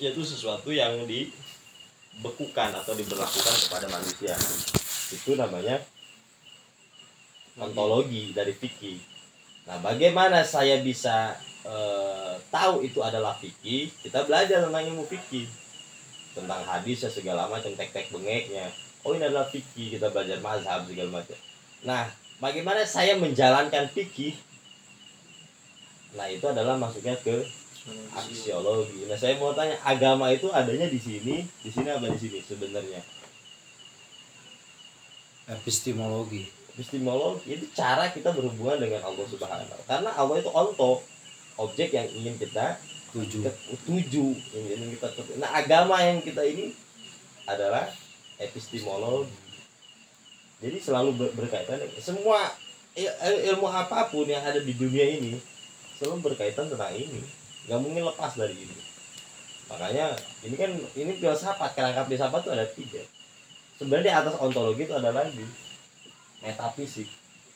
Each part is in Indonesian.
yaitu sesuatu yang dibekukan atau diberlakukan kepada manusia. Itu namanya ontologi dari fikih. Nah, bagaimana saya bisa tahu itu adalah fikih? Kita belajar tentang ilmu fikih, tentang hadis ya segala macam, tek-tek bengeknya. Oh, ini adalah fikih, kita belajar mazhab segala macam. Nah, bagaimana saya menjalankan fikih? Nah, itu adalah masuknya ke aksiologi. Nah, saya mau tanya, agama itu adanya di sini apa di sini sebenarnya? Epistemologi. Epistemologi itu cara kita berhubungan dengan Allah Subhanahu wa Ta'ala. Karena Allah itu onto, objek yang ingin kita tuju, yang ingin kita tuju. Nah, agama yang kita ini adalah epistemologi. Jadi selalu berkaitan dengan semua ilmu apapun yang ada di dunia ini selalu berkaitan tentang ini, nggak mungkin lepas dari ini. Makanya ini filsafat, kerangka filsafat itu ada 3. Sebenarnya di atas ontologi itu ada lagi metafisik.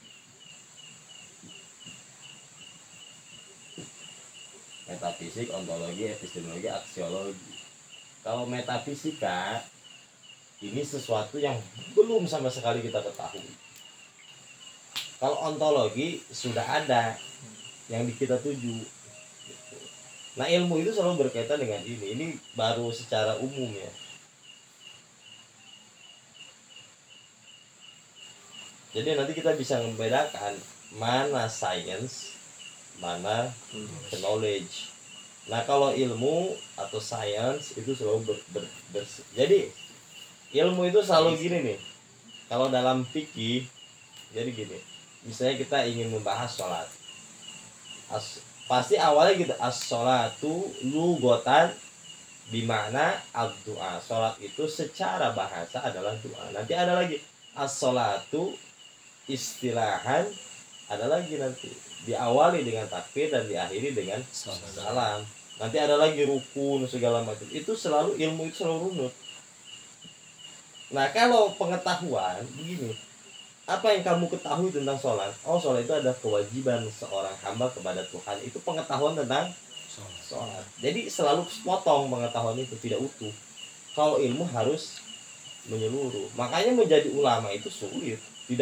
Metafisik, ontologi, epistemologi, aksiologi. Kalau metafisika ini sesuatu yang belum sama sekali kita ketahui. Kalau ontologi sudah ada yang kita tuju. Nah, ilmu itu selalu berkaitan dengan ini. Ini baru secara umum ya. Jadi nanti kita bisa membedakan mana science, mana knowledge. Nah, kalau ilmu atau science itu selalu jadi ilmu itu selalu gini nih. Kalau dalam fikih jadi gini. Misalnya kita ingin membahas sholat. Pasti awalnya kita as-sholatu lugotan bimana ad-du'a. Sholat itu secara bahasa adalah doa. Nanti ada lagi as-sholatu istilahan, ada lagi nanti diawali dengan takbir dan diakhiri dengan salam. Nanti ada lagi rukun segala macam. Itu selalu ilmu itu selalu runut. Nah, kalau pengetahuan begini, apa yang kamu ketahui tentang sholat? Oh, sholat itu ada kewajiban seorang hamba kepada Tuhan. Itu pengetahuan tentang sholat. Jadi selalu sepotong pengetahuan itu, tidak utuh. Kalau ilmu harus menyeluruh. Makanya menjadi ulama itu sulit.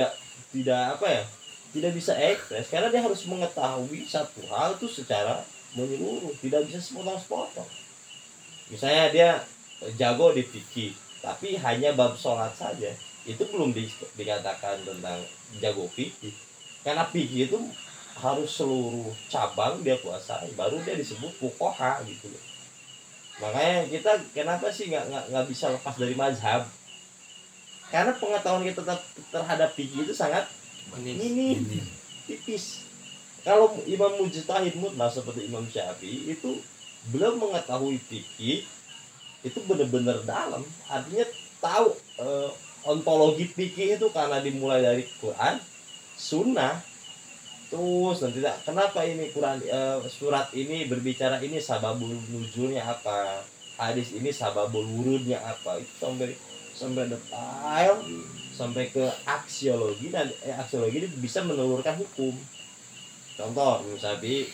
Tidak bisa ekspres karena dia harus mengetahui satu hal itu secara menyeluruh, tidak bisa sepotong-sepotong. Misalnya dia jago di fikih, tapi hanya bab sholat saja, itu belum dikatakan tentang jago fikih. Karena fikih itu harus seluruh cabang dia kuasai, baru dia disebut fuqaha gitu loh. Makanya kita kenapa sih nggak bisa lepas dari mazhab? Karena pengetahuan kita terhadap fikih itu sangat minim, tipis. Kalau imam mujtahid mutlak seperti Imam Syafi'i itu belum mengetahui fikih itu benar-benar dalam. Artinya tahu ontologi fikih itu karena dimulai dari Quran, Sunnah. Terus nanti kenapa ini Quran surat ini berbicara ini sababul nuzulnya apa, hadis ini sababul wurudnya apa, itu sampai detail, sampai ke aksiologi. Dan aksiologi ini bisa menelurkan hukum. Contoh misalnya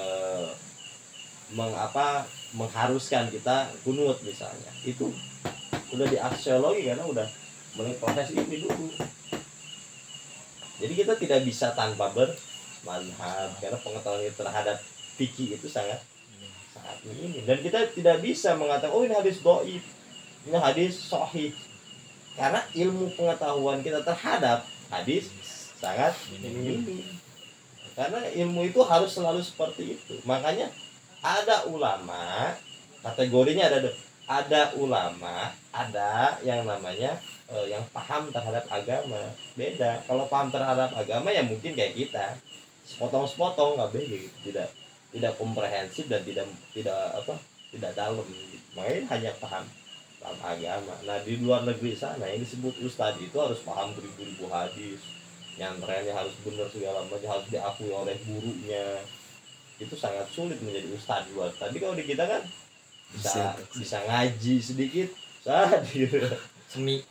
mengharuskan kita kunut misalnya, itu udah di aksiologi karena udah mulai proses ini dulu. Jadi kita tidak bisa tanpa bermazhab karena pengetahuan terhadap fikih itu sangat minim. Dan kita tidak bisa mengatakan oh ini hadis dhaif, ini hadis sahih, karena ilmu pengetahuan kita terhadap hadis sangat minim. Karena ilmu itu harus selalu seperti itu. Makanya ada ulama, kategorinya ada ulama, ada yang namanya yang paham terhadap agama. Beda. Kalau paham terhadap agama ya mungkin kayak kita, sepotong-sepotong, nggak beda, tidak komprehensif dan tidak dalam. Makanya hanya paham agama. Nah, di luar negeri sana yang disebut ustadz itu harus paham beribu-ribu hadis, nyantrennya harus benar segala macam, harus diakui oleh gurunya. Itu sangat sulit menjadi ustadz luar. Tapi kalau di kita kan bisa ngaji sedikit, semi.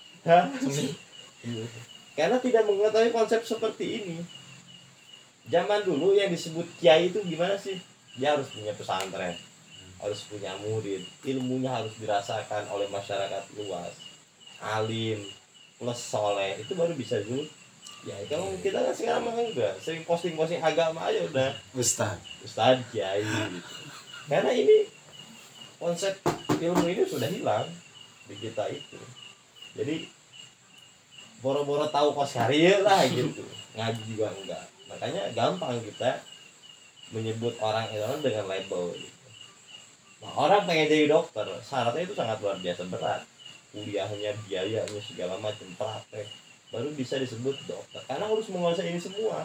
Karena tidak mengetahui konsep seperti ini. Zaman dulu yang disebut kiai itu gimana sih? Dia harus punya pesantren, harus punya murid, ilmunya harus dirasakan oleh masyarakat luas, alim plus soleh, itu baru bisa disebut. Ya kalau kita kan sekarang mah enggak, sering posting-posting agama aja udah Ustadz Kiai gitu. Karena ini konsep ilmu ini sudah hilang di kita itu. Jadi boro-boro tahu kos karya lah gitu, ngaji juga enggak. Makanya gampang kita menyebut orang itu dengan label gitu. Nah, orang pengen jadi dokter, syaratnya itu sangat luar biasa berat, kuliahnya, biayanya, segala macam, praktek, baru bisa disebut dokter karena harus menguasai ini semua.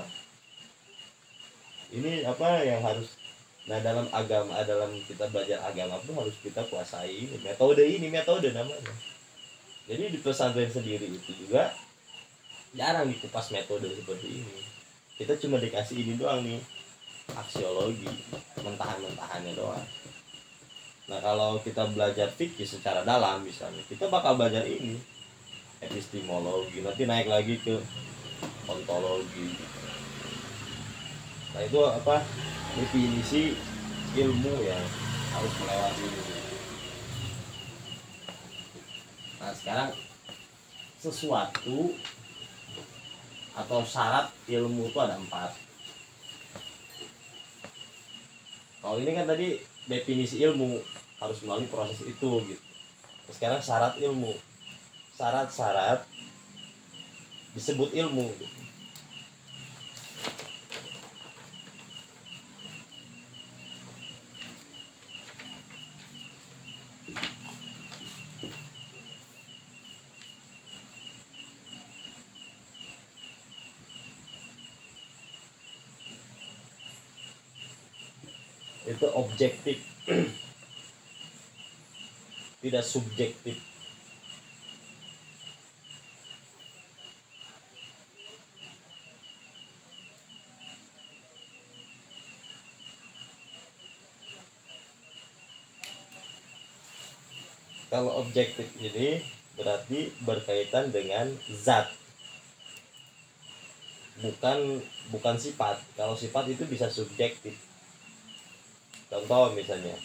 Ini apa yang harus, nah dalam agama, dalam kita belajar agama pun harus kita kuasai ini metode namanya. Jadi di pesantren sendiri itu juga jarang dikupas metode seperti ini. Kita cuma dikasih ini doang nih, aksiologi, mentahan-mentahannya doang. Nah kalau kita belajar fikih secara dalam misalnya, kita bakal belajar ini, epistemologi, nanti naik lagi ke ontologi. Nah itu apa, definisi ilmu yang harus melewati ini. Nah sekarang sesuatu atau syarat ilmu itu ada 4. Kalau ini kan tadi definisi ilmu harus melalui proses itu gitu. Sekarang syarat ilmu, syarat-syarat disebut ilmu gitu. Itu objektif tidak subjektif. Kalau objektif ini berarti berkaitan dengan zat, bukan sifat. Kalau sifat itu bisa subjektif. Contoh misalnya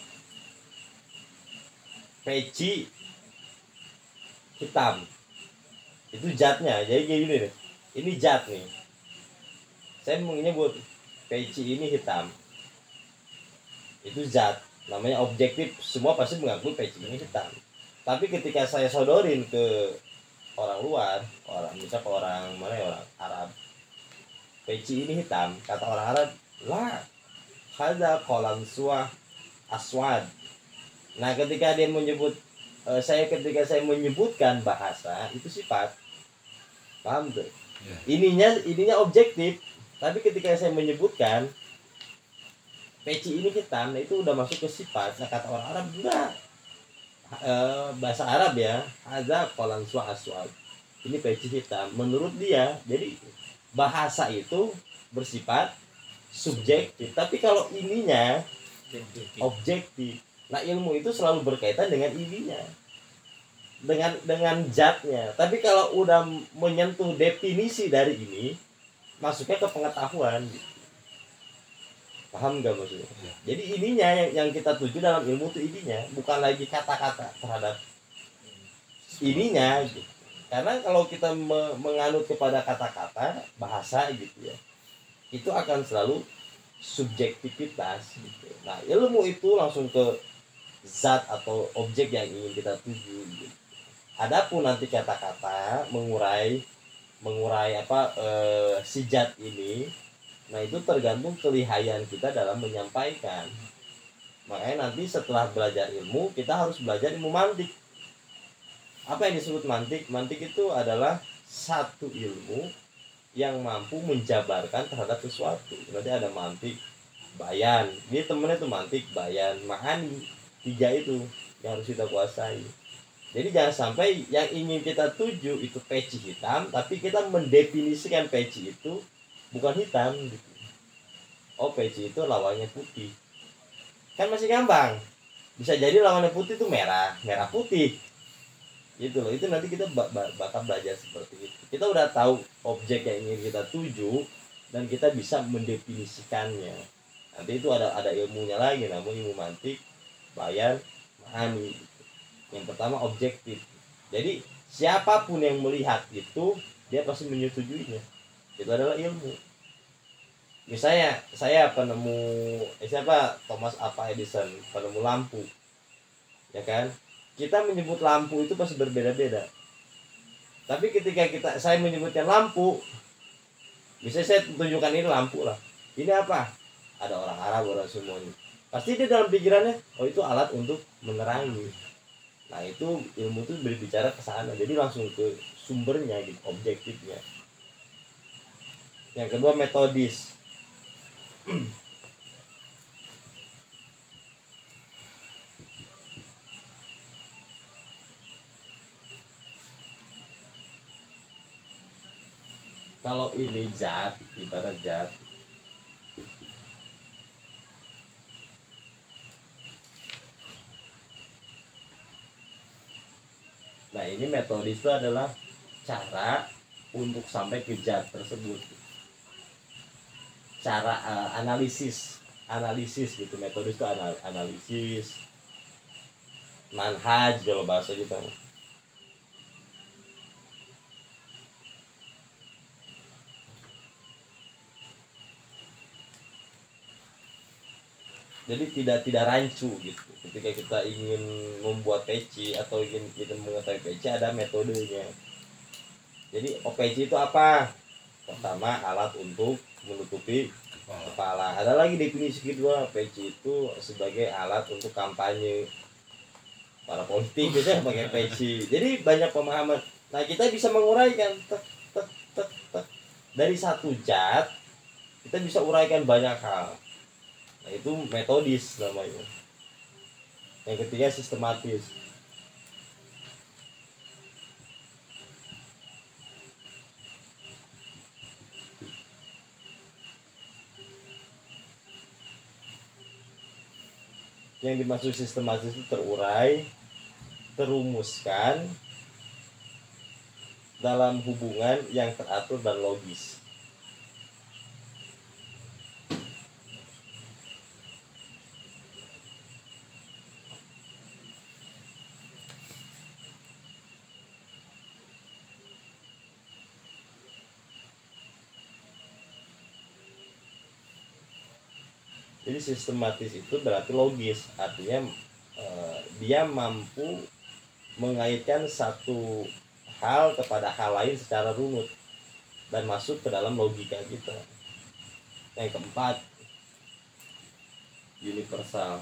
peci hitam, itu zatnya. Jadi kayak gini nih, ini zat nih, saya mau nyebut peci ini hitam, itu zat, namanya objektif. Semua pasti mengakui peci ini hitam. Tapi ketika saya sodorin ke orang luar, misal ke orang mana ya, orang Arab, peci ini hitam, kata orang Arab, lah hadza qalam suah aswad. Nah ketika dia menyebut ketika saya menyebutkan bahasa itu sifat, paham tuh? Ininya objektif. Tapi ketika saya menyebutkan peci ini hitam, nah itu udah masuk ke sifat. Nah kata orang Arab enggak, bahasa Arab ya, hadza qalam suah aswad, ini peci hitam menurut dia. Jadi bahasa itu bersifat subjektif, tapi kalau ininya objektif. Nah ilmu itu selalu berkaitan dengan ininya, dengan zatnya. Tapi kalau udah menyentuh definisi dari ini, masuknya ke pengetahuan gitu. Paham nggak maksudnya? Jadi ininya yang kita tuju dalam ilmu itu ininya, bukan lagi kata-kata terhadap ininya gitu. Karena kalau kita menganut kepada kata-kata bahasa gitu ya, itu akan selalu subjektivitas gitu. Nah ilmu itu langsung ke zat atau objek yang ingin kita tuju gitu. Adapun nanti kata-kata mengurai si zat ini, nah itu tergantung kelihayan kita dalam menyampaikan. Makanya nanti setelah belajar ilmu, kita harus belajar ilmu mantik. Apa yang disebut mantik? Mantik itu adalah satu ilmu yang mampu menjabarkan terhadap sesuatu. Berarti ada mantik, bayan. Ini temennya tuh mantik, bayan, ma'ani. 3 itu yang harus kita kuasai. Jadi jangan sampai yang ingin kita tuju itu peci hitam, tapi kita mendefinisikan peci itu bukan hitam gitu. Oh peci itu lawannya putih. Kan masih gampang. Bisa jadi lawannya putih itu merah putih. Gitu loh. Itu nanti kita bakal belajar seperti itu. Kita udah tahu objek yang ingin kita tuju dan kita bisa mendefinisikannya. Nanti itu ada ilmunya lagi, namun ilmu mantik. bayar, memahami. Yang pertama objektif. Jadi siapapun yang melihat itu dia pasti menyetujuinya. Itu adalah ilmu. Misalnya saya penemu siapa Thomas Alva Edison, penemu lampu, ya kan? Kita menyebut lampu itu pasti berbeda-beda. Tapi ketika saya menyebutkan lampu, bisa saya tunjukkan ini lampu lah. Ini apa? Ada orang Arab, orang semuanya. Pasti dia dalam pikirannya, oh itu alat untuk menerangi. Nah itu ilmu itu berbicara ke sana. Jadi langsung ke sumbernya gitu, objektifnya. Yang kedua metodis. Kalau ini zat, ibarat zat, nah ini metode itu adalah cara untuk sampai ke zat tersebut. Cara analisis gitu, metode itu analisis, manhaj kalau bahasa kita. Jadi tidak rancu gitu. Ketika kita ingin membuat peci atau ingin kita mengetahui peci, ada metodenya. Jadi peci itu apa? Pertama, alat untuk menutupi kepala. Ada lagi definisi kedua, peci itu sebagai alat untuk kampanye. Para politik biasanya pakai peci. Jadi banyak pemahaman. Nah kita bisa menguraikan dari satu zat, kita bisa uraikan banyak hal. Nah itu metodis namanya. Yang ketiga sistematis. Yang dimaksud sistematis itu terurai, terumuskan dalam hubungan yang teratur dan logis. Jadi sistematis itu berarti logis, artinya dia mampu mengaitkan satu hal kepada hal lain secara runut dan masuk ke dalam logika kita. Yang keempat, universal.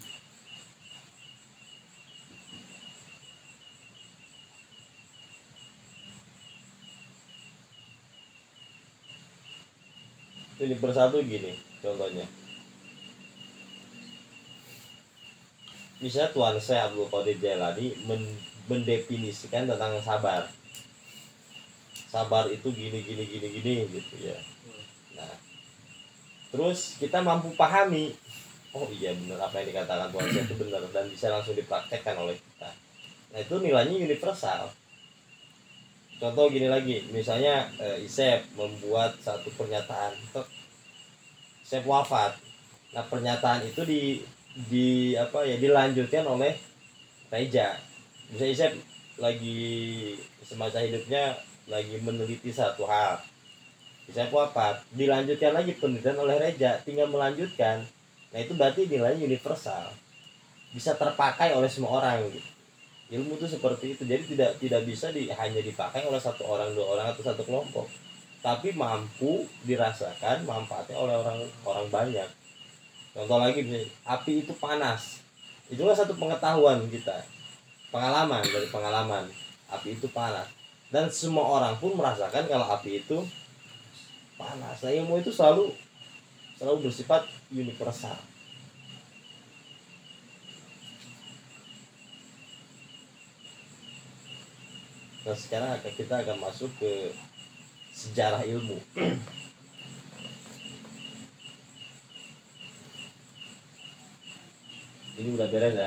Universal itu gini contohnya. Misalnya Tuan saya Abdul Qadir Jailani mendefinisikan tentang sabar. Sabar itu gini gitu ya. Nah, terus kita mampu pahami, oh iya benar apa yang dikatakan Tuan saya itu benar dan bisa langsung dipraktekkan oleh kita. Nah itu nilainya universal. Contoh gini lagi, misalnya Isep membuat satu pernyataan, Isep wafat. Nah pernyataan itu dilanjutkan oleh Reja. Misalnya Isep lagi semasa hidupnya lagi meneliti satu hal, Isep wafat, dilanjutkan lagi penelitian oleh Reja, tinggal melanjutkan. Nah itu berarti nilainya universal, bisa terpakai oleh semua orang gitu. Ilmu itu seperti itu. Jadi tidak bisa hanya dipakai oleh satu orang, dua orang atau satu kelompok, tapi mampu dirasakan manfaatnya oleh orang banyak. Contoh lagi, api itu panas, itu kan satu pengetahuan kita, pengalaman, dari pengalaman api itu panas, dan semua orang pun merasakan kalau api itu panas. Nah ilmu itu selalu bersifat universal. Nah sekarang kita akan masuk ke sejarah ilmu. Ini udah beres ya.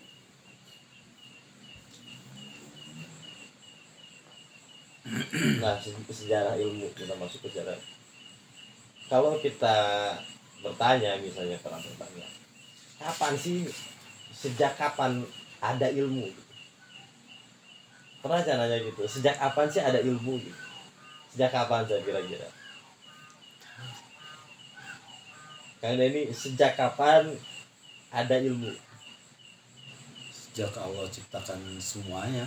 Nah sejarah ilmu, kita masuk ke sejarah. Kalau kita bertanya, misalnya pernah bertanya, kapan sih, sejak kapan ada ilmu gitu? Pernah saya nanya gitu, sejak kapan sih ada ilmu gitu? Sejak kapan saya kira-kira? Karena ini sejak kapan ada ilmu? Sejak Allah ciptakan semuanya.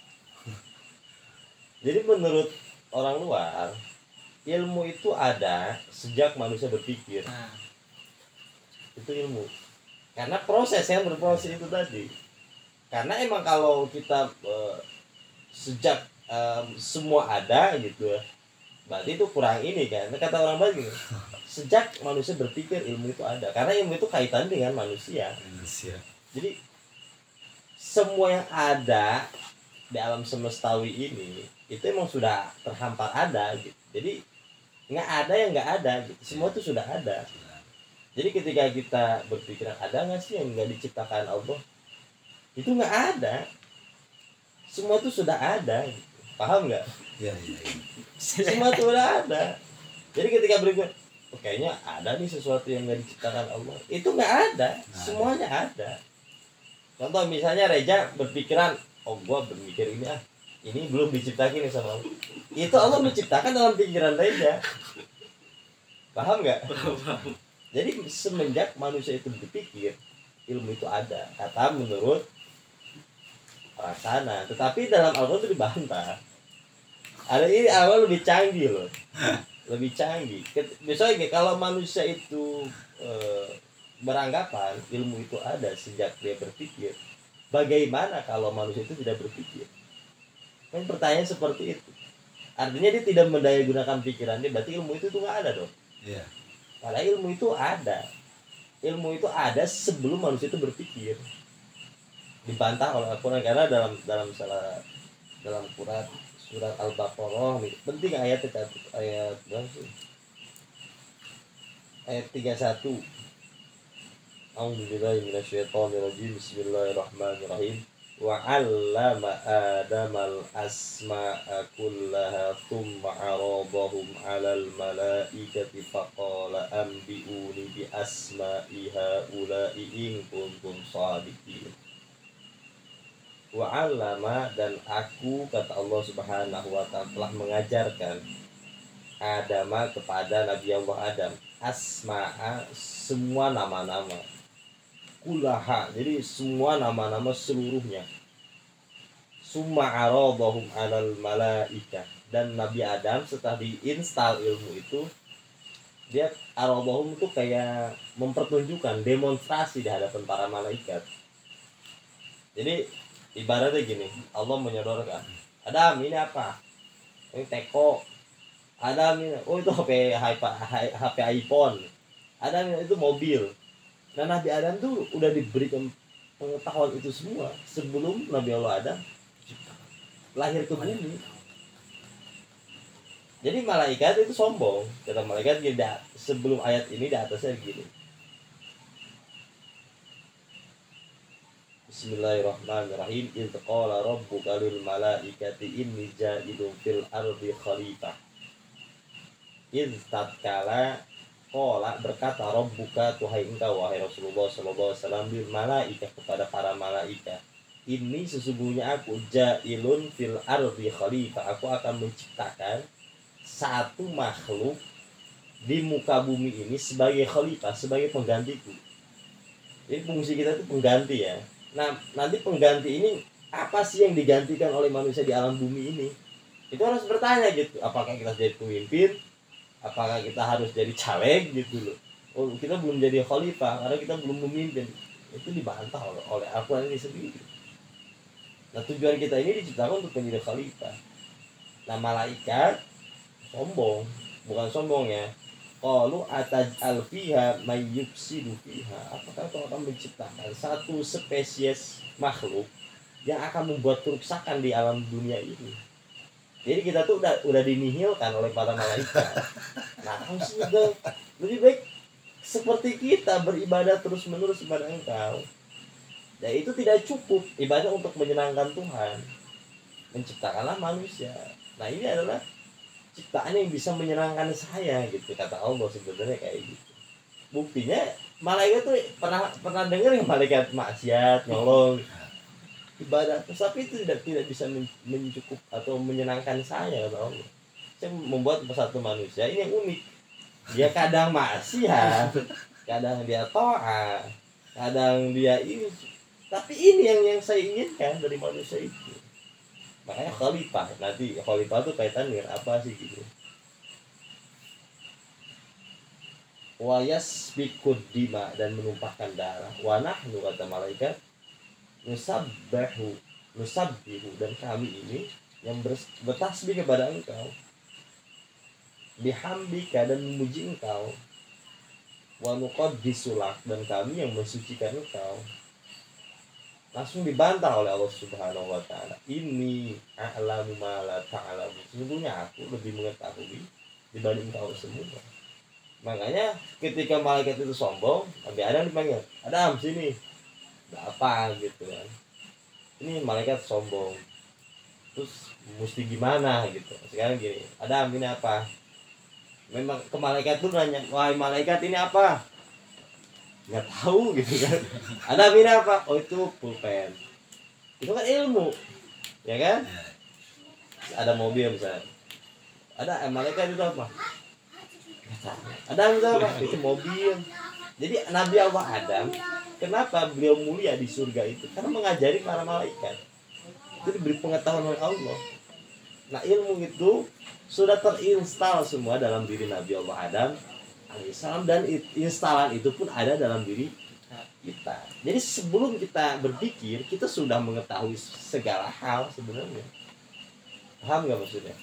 Jadi menurut orang luar, ilmu itu ada sejak manusia berpikir. Itu ilmu. Karena proses yang berproses itu tadi. Karena emang kalau kita sejak semua ada gitu ya, berarti itu kurang ini kan. Kata orang Bali gini, sejak manusia berpikir ilmu itu ada. Karena ilmu itu kaitan dengan manusia. Jadi semua yang ada di alam semestawi ini itu emang sudah terhampar ada gitu. Jadi nggak ada yang nggak ada gitu. Semua itu sudah ada. Jadi ketika kita berpikiran ada nggak sih yang nggak diciptakan Allah, itu nggak ada. Semua itu sudah ada gitu. Paham nggak? Ya. Semua itu sudah ada. Jadi ketika berpikir kayaknya ada nih sesuatu yang nggak diciptakan Allah, itu nggak ada. Semuanya ada. Contoh misalnya Reja berpikiran, oh gua berpikir ini belum diciptakan nih sama Allah. Itu Allah menciptakan dalam pikiran Reja. Paham nggak? Jadi semenjak manusia itu berpikir, ilmu itu ada. Kata menurut orang sana. Tetapi dalam Al-Quran itu dibantah. Ada ini awal lebih canggih loh. Lebih canggih. Misalnya kalau manusia itu beranggapan ilmu itu ada sejak dia berpikir, bagaimana kalau manusia itu tidak berpikir? Kan pertanyaan seperti itu. Artinya dia tidak mendaya gunakan pikirannya, berarti ilmu itu tuh nggak ada dong. Iya. Padahal ilmu itu ada. Ilmu itu ada sebelum manusia itu berpikir. Dibantah oleh Al-Quran karena dalam Quran surat Al-Baqarah nih, penting ayat berapa sih? Ayat 31. A'udzubillahi minasyaitonirrajim. Bismillahirrahmanirrahim. Wa 'allama Adamal asma'a kullaha tsumma 'aradahum 'alal malaikati faqala anbi'uni bi asma'i haula'i in kuntum shadiqin. Wa 'allama, dan aku, kata Allah Subhanahu wa ta'ala, telah mengajarkan Adama, kepada Nabi Allah Adam, asma'a, semua nama-nama, kullaha, jadi semua nama-nama seluruhnya, summa aradahum 'alal malaika, dan Nabi Adam setelah diinstal ilmu itu, dia aradahum itu kayak mempertunjukkan, demonstrasi di hadapan para malaikat. Jadi ibaratnya gini, Allah menyodorkan, Adam ini apa? Ini teko. Adam ini, oh itu HP iPhone. Adam itu mobil. Nah Nabi Adam tuh udah diberikan pengetahuan itu semua sebelum Nabi Allah Adam lahir ke bumi. Jadi malaikat itu sombong. Kata malaikat tidak, sebelum ayat ini di atasnya gini. Bismillahirrahmanirrahim. Idz qala rabbuka lil malaikati inni ja'ilun fil ardi khalifah. Idz tatkala qala, berkata, rabbuka, tuhai engkau wahai Rasulullah sallallahu alaihi wasallam, bil malaika, kepada para malaikat, ini sesungguhnya aku ja'ilun fil ardi khalifah, aku akan menciptakan satu makhluk di muka bumi ini sebagai khalifah, sebagai penggantiku. Jadi fungsi kita itu pengganti ya. Nah, nanti pengganti ini apa sih yang digantikan oleh manusia di alam bumi ini? Itu harus bertanya gitu. Apakah kita jadi pemimpin? Apakah kita harus jadi caleg gitu loh? Oh, kita belum jadi khalifah karena kita belum memimpin. Itu dibantah oleh Al-Quran ini sendiri. Nah, tujuan kita ini diciptakan untuk menjadi khalifah. Nah, malaikat sombong, bukan sombong ya. Qalu ataj'al fiha may yufsidu fiha. Apakah kau akan menciptakan satu spesies makhluk yang akan membuat kerusakan di alam dunia ini? Jadi kita tuh udah dinihilkan oleh para malaikat. Nah, harusnya lebih baik seperti kita beribadah terus menerus kepada engkau. Dan itu tidak cukup ibadah untuk menyenangkan Tuhan. Menciptakanlah manusia. Nah, ini adalah ciptaan yang bisa menyenangkan saya gitu, kata Allah sebenarnya kayak gitu. Buktinya malaikat tuh pernah pernah dengar yang malaikat maksiat nyolong ibadah, tapi itu tidak bisa mencukup atau menyenangkan saya, kata Allah. Saya membuat satu manusia ini yang unik, dia kadang maksiat, kadang dia taat, kadang dia ini, tapi ini yang saya inginkan dari manusia itu. Makanya khalifah, nanti khalifah itu kaitan dengan apa sih gitu. Wayas bikud dima, dan menumpahkan darah. Wanahnu, kata malaikat, nusabbihu, dan kami ini yang bertasbih kepada engkau, bihamdika, dan memuji engkau, wa nuqaddisulak, dan kami yang mensucikan engkau. Langsung dibantah oleh Allah Subhanahu wa taala. Ini a'lamu ma la ta'lamu. Sesungguhnya aku lebih mengetahui dibanding kau semua. Makanya ketika malaikat itu sombong, Nabi Adam dipanggil, Adam sini. Apa gitu kan. Ini malaikat sombong. Terus mesti gimana gitu. Sekarang gini, Adam ini apa? Memang ke malaikat tuh nanya, wahai malaikat ini apa? Nggak tahu gitu kan. Ada ini apa? Oh itu pulpen. Itu kan ilmu, ya kan? Ada mobil misalnya. Ada malaikat itu apa? Ada itu apa? Itu mobil. Jadi Nabi Allah Adam, kenapa beliau mulia di surga itu? Karena mengajari para malaikat. Itu diberi pengetahuan oleh Allah. Nah ilmu itu sudah terinstal semua dalam diri Nabi Allah Adam alaihissalam, dan instalan itu pun ada dalam diri kita. Jadi sebelum kita berpikir, kita sudah mengetahui segala hal sebenarnya. Paham nggak maksudnya?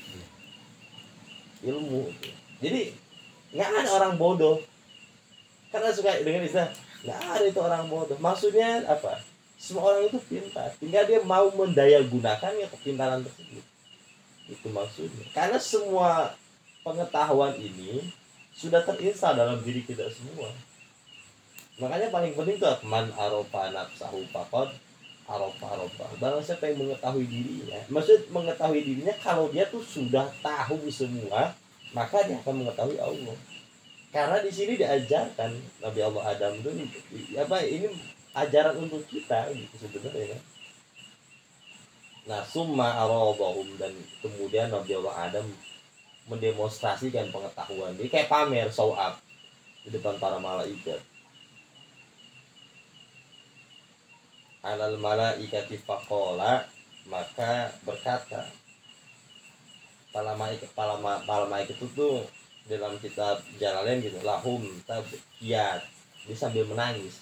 Ilmu itu. Jadi nggak ada orang bodoh. Karena suka dengan istilah nggak ada itu orang bodoh. Maksudnya apa? Semua orang itu pintar. Tinggal dia mau mendaya gunakannya kepintaran tersebut. Itu maksudnya. Karena semua pengetahuan ini sudah terinstal dalam diri kita semua. Makanya paling penting itu man arofa nafsahu faqad arofa. Barang siapa yang mengetahui dirinya, maksud mengetahui dirinya, kalau dia tuh sudah tahu semua, maka dia akan mengetahui Allah. Karena di sini diajarkan Nabi Allah Adam itu apa, ini ajaran untuk kita gitu sebenarnya kan. Nah, summa aradahum, dan kemudian Nabi Allah Adam mendemonstrasikan pengetahuan. Dia kayak pamer show up di depan para malaikat. Alal malaikati faqala, maka berkata para malaikat itu tuh dalam kitab Jalalain gitu, lahum tabkiyat, dia sambil menangis.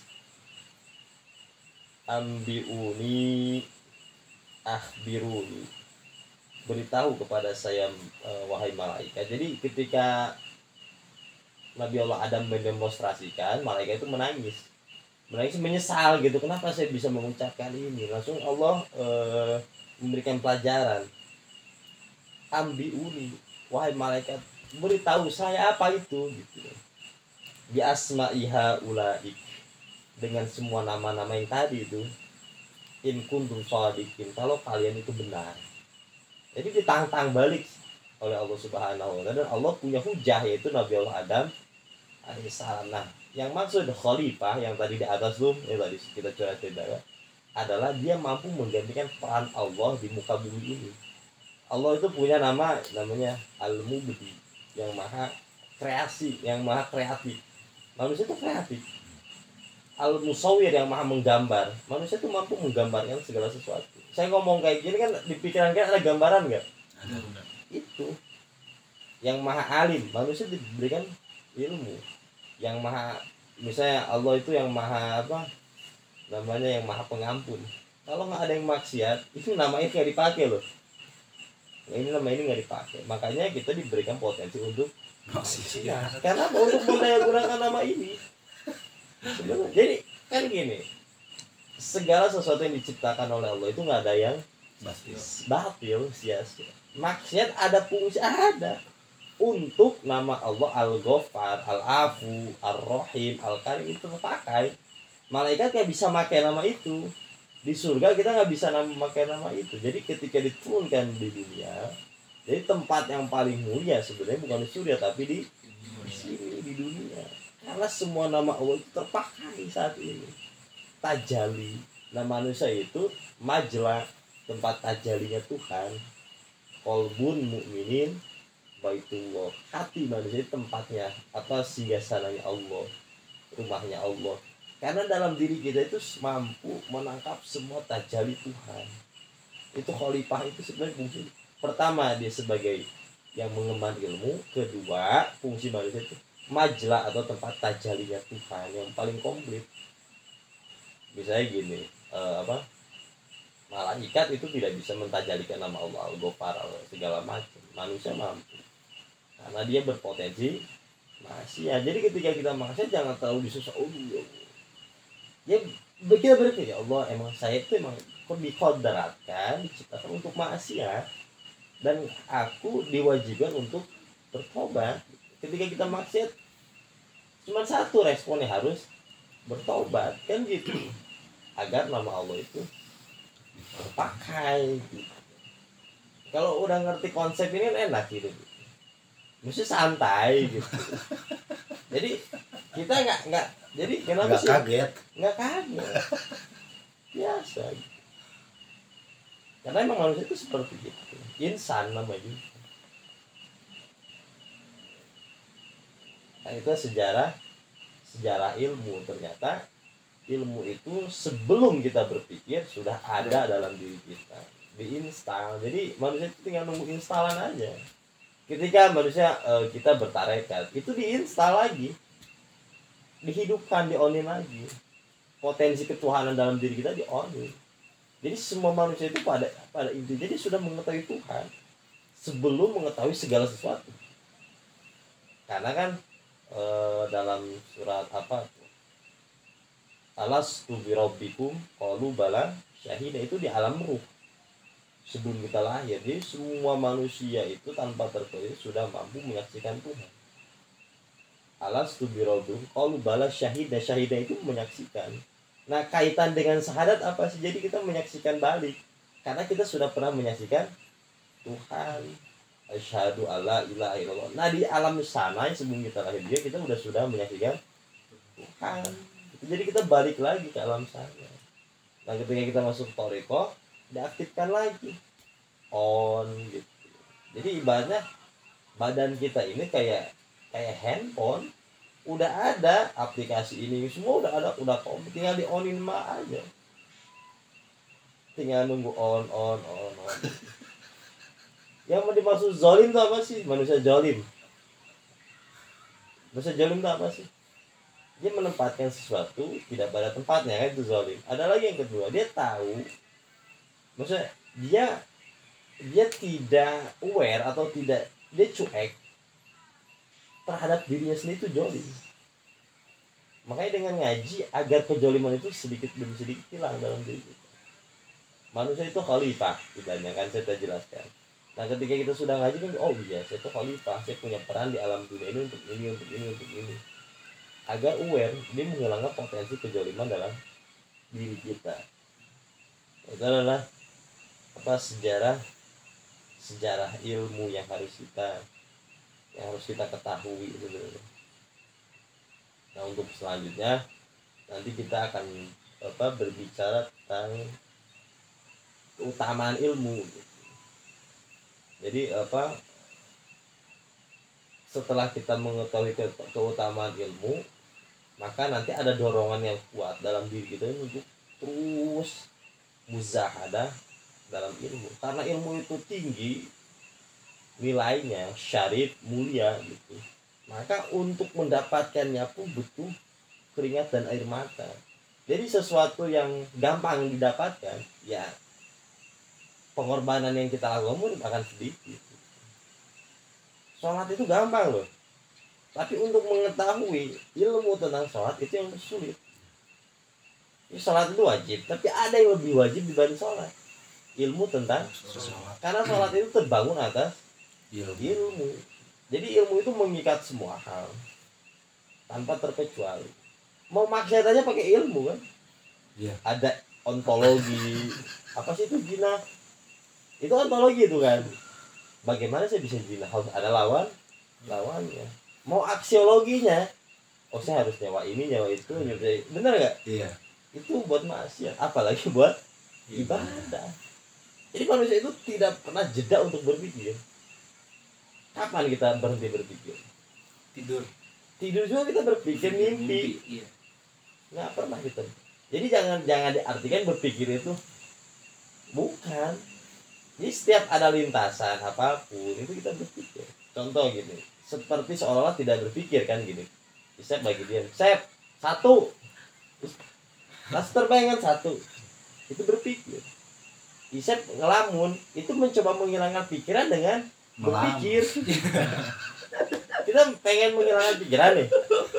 Ambiuni akhbiruni, beritahu kepada saya wahai malaikat. Jadi ketika Nabi Allah Adam mendemonstrasikan, malaikat itu menangis menyesal gitu, kenapa saya bisa mengucapkan ini. Langsung Allah memberikan pelajaran. Ambiuni, wahai malaikat, beritahu saya apa itu gitu. Bi asma'iha ulaik, dengan semua nama-nama yang tadi itu. In kuntum shadiqin, kalau kalian itu benar. Jadi ditantang balik oleh Allah Subhanahu wa taala, dan Allah punya hujah, yaitu Nabi Allah Adam alaihissalam. Nah, yang maksud khalifah yang tadi di atas tuh, yang tadi kita cerita adalah dia mampu menggantikan peran Allah di muka bumi ini. Allah itu punya namanya Al-Mubdi, yang maha kreasi, yang maha kreatif. Manusia itu kreatif. Al-Musawwir, yang maha menggambar. Manusia itu mampu menggambarkan segala sesuatu. Saya ngomong kayak gini kan, di pikiran kita ada gambaran nggak? Ada. Itu yang maha alim. Manusia diberikan ilmu. Yang maha, misalnya Allah itu yang maha apa namanya, yang maha pengampun. Kalau nggak ada yang maksiat, itu namanya nggak dipakai loh. Ini nama ini nggak dipakai. Makanya kita diberikan potensi untuk maksiat. Karena untuk mendaya gunakan nama ini. Sebenarnya, jadi kan gini, segala sesuatu yang diciptakan oleh Allah itu nggak ada yang batil, sia-sia. Maksiat ada fungsi, ada. Untuk nama Allah Al-Ghaffar, Al-Afu, Ar-Rahim, Al-Karim itu terpakai. Malaikat nggak bisa pakai nama itu. Di surga kita nggak bisa pakai nama itu. Jadi ketika diturunkan di dunia, Jadi tempat yang paling mulia sebenarnya bukan di surga tapi di sini, di dunia. Karena semua nama Allah itu terpakai saat ini. Tajali. Nah manusia itu majla, tempat tajalinya Tuhan. Kolbun mukminin baitullah. Hati manusia itu tempatnya apa singgasananya Allah, rumahnya Allah. Karena dalam diri kita itu mampu menangkap semua tajali Tuhan. Itu khalifah itu sebenarnya fungsi pertama dia sebagai yang mengemban ilmu, kedua fungsi manusia itu majla atau tempat tajalinya Tuhan yang paling komplit. Misalnya gini, malaikat itu tidak bisa mentajalikan nama Allah Al-Ghafar segala macam. Manusia mampu karena dia berpotensi maksiat. Jadi ketika kita maksiat jangan terlalu disusah. Oh ya, ya kita berpikir ya Allah, emang saya itu emang dikodratkan, diciptakan untuk maksiat dan aku diwajibkan untuk bertobat. Ketika kita maksiat cuma satu responnya harus bertobat kan gitu, agar nama Allah itu terpakai gitu. Kalau udah ngerti konsep ini kan enak gitu, mesti santai gitu. Jadi kita nggak jadi kenapa nggak sih kaget, nggak kaget biasa gitu. Karena emang manusia itu seperti itu, insan namanya. Nah, itu sejarah ilmu. Ternyata ilmu itu sebelum kita berpikir sudah ada dalam diri kita, diinstal. Jadi manusia itu tinggal nunggu instalan aja. Ketika manusia kita bertarekat itu diinstal lagi, dihidupkan, dionin lagi. Potensi ketuhanan dalam diri kita dionin. Jadi semua manusia itu pada intinya jadi sudah mengetahui Tuhan sebelum mengetahui segala sesuatu. Karena kan dalam surat apa, alastu birabbikum qalu bala syahida, itu di alam ruh sebelum kita lahir. Jadi semua manusia itu tanpa terkecuali sudah mampu menyaksikan Tuhan. Alastu birabbikum qalu bala syahida, syahida itu menyaksikan. Nah kaitan dengan syahadat apa sih? Jadi kita menyaksikan balik karena kita sudah pernah menyaksikan Tuhan. Asyhadu alla ilaha illallah. Nah di alam sana sebelum kita lahir dia kita sudah menyaksikan Tuhan. Jadi kita balik lagi ke alam sana. Nah ketika kita masuk thariqah diaktifkan lagi on gitu. Jadi ibaratnya badan kita ini kayak handphone, udah ada aplikasi ini semua, udah ada, udah komplit, tinggal di onin mah aja, tinggal nunggu on. Yang mau dimaksud zolim itu apa sih? Manusia zolim itu apa sih? Dia menempatkan sesuatu tidak pada tempatnya, kan itu zolim. Ada lagi yang kedua, dia tahu, maksudnya dia tidak aware atau tidak, dia cuek terhadap dirinya sendiri, itu zolim. Makanya dengan ngaji agar kejoliman itu sedikit demi sedikit hilang dalam diri kita. Manusia itu khalifah, ibaratnya kan saya jelaskan. Nah ketika kita sudah ngaji kan, oh iya saya itu khalifah, saya punya peran di alam dunia ini untuk ini. Agar aware, dia menghilangkan potensi kejoliman dalam diri kita. Itu adalah apa, sejarah ilmu yang harus kita ketahui sebenarnya. Nah untuk selanjutnya nanti kita akan berbicara tentang keutamaan ilmu. Jadi setelah kita mengetahui keutamaan ilmu, maka nanti ada dorongan yang kuat dalam diri kita untuk terus muzahadah dalam ilmu. Karena ilmu itu tinggi nilainya, syarif, mulia gitu. Maka untuk mendapatkannya pun butuh keringat dan air mata. Jadi sesuatu yang gampang didapatkan, ya pengorbanan yang kita lakukan pun akan sedikit. Sholat itu gampang loh, tapi untuk mengetahui ilmu tentang sholat itu yang sulit. Sholat itu wajib, tapi ada yang lebih wajib dibanding sholat, ilmu tentang sholat. Karena sholat itu terbangun atas ilmu. Jadi ilmu itu mengikat semua hal tanpa terkecuali. Mau maksiat aja pakai ilmu kan? Iya. Ada ontologi, apa sih itu zina? Itu ontologi itu kan. bagaimana saya bisa zina? Harus ada lawannya. Mau aksiologinya, oh saya harus nyawa ini, nyawa itu, bener nggak? Iya. Itu buat maksiat, apalagi buat ibadah. Jadi manusia itu tidak pernah jeda untuk berpikir. Kapan kita berhenti berpikir? Tidur juga kita berpikir, mimpi. Iya. Nggak pernah kita. Jadi jangan diartikan berpikir itu bukan. Jadi setiap ada lintasan apapun itu kita berpikir. Contoh gini, seperti seolah-olah tidak berpikir kan gini. Isep bagi dia, Sep, 1. Langsung terbayangkan 1. Itu berpikir. Isep ngelamun, itu mencoba menghilangkan pikiran dengan berpikir. Kita pengen menghilangkan pikiran nih.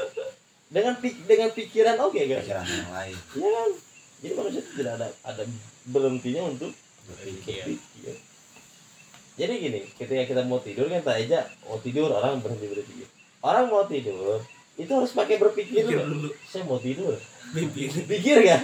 Dengan pikiran oke kan? Pikiran yang lain. Iya kan? Jadi manusia itu tidak ada berhentinya untuk Berpikir. berpikir. Jadi gini, ketika kita mau tidur kan tak aja, tidur orang berhenti berpikir. Orang mau tidur itu harus pakai berpikir dulu. Saya mau tidur. Pikir kan?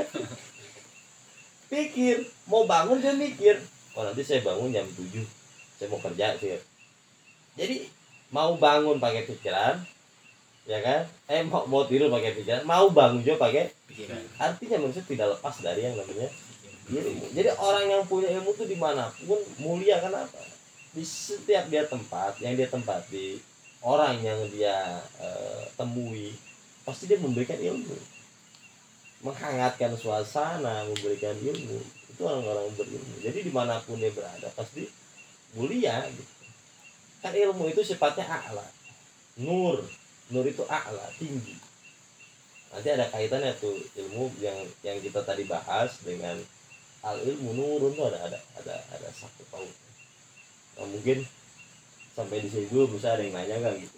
Pikir. Mau bangun dia mikir. Oh nanti saya bangun jam 7. Saya mau kerja sih. Jadi mau bangun pakai pikiran, ya kan? Mau tidur pakai pikiran, mau bangun juga pakai Pikiran. artinya manusia tidak lepas dari yang namanya ilmu. Jadi orang yang punya ilmu itu dimanapun mulia. Kenapa? Di setiap dia tempat yang dia tempati, orang yang dia temui, pasti dia memberikan ilmu, menghangatkan suasana, memberikan ilmu. Itu orang-orang berilmu. Jadi dimanapun dia berada pasti mulia gitu. Kan ilmu itu sifatnya a'la, nur itu a'la, tinggi. Nanti ada kaitannya tuh ilmu yang kita tadi bahas dengan al ilmu nurun tuh ada satu paut. Nah, mungkin sampai di sini dulu bisa ada yang nanya kan gitu.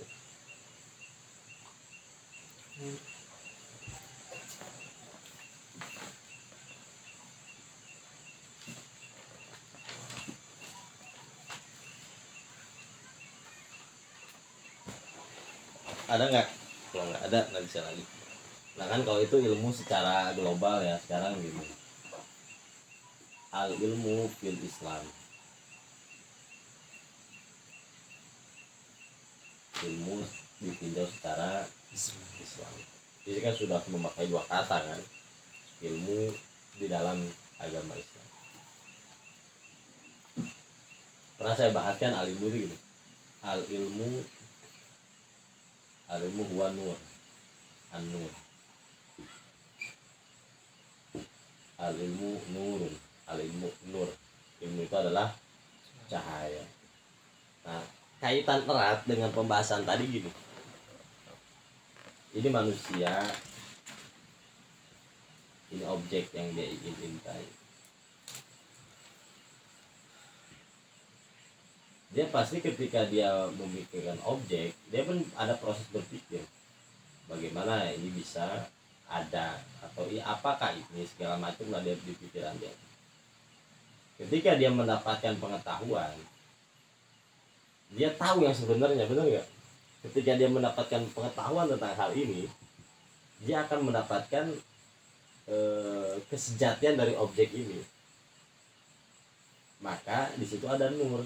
Ada nggak? Kalau nggak ada nggak bisa lagi. Nah kan kalau itu ilmu secara global ya sekarang gitu. Al ilmu fil Islam, ilmu ditinjau secara Islam. Jadi kan sudah memakai 2 kata kan, ilmu di dalam agama Islam. Pernah saya bahaskan al ilmu itu gitu. Al ilmu huwa nur, an-nur. Al ilmu nurun, al ilmu nur. Ilmu itu adalah cahaya. Nah, kaitan erat dengan pembahasan tadi gini. Ini manusia, ini objek yang dia ingin intai. Dia pasti ketika dia memikirkan objek, dia pun ada proses berpikir. Bagaimana ini bisa ada, atau apakah ini segala macam lah di pikiran dia. Ketika dia mendapatkan pengetahuan, dia tahu yang sebenarnya, benar nggak? Ketika dia mendapatkan pengetahuan tentang hal ini, dia akan mendapatkan kesejatian dari objek ini. Maka di situ ada nur.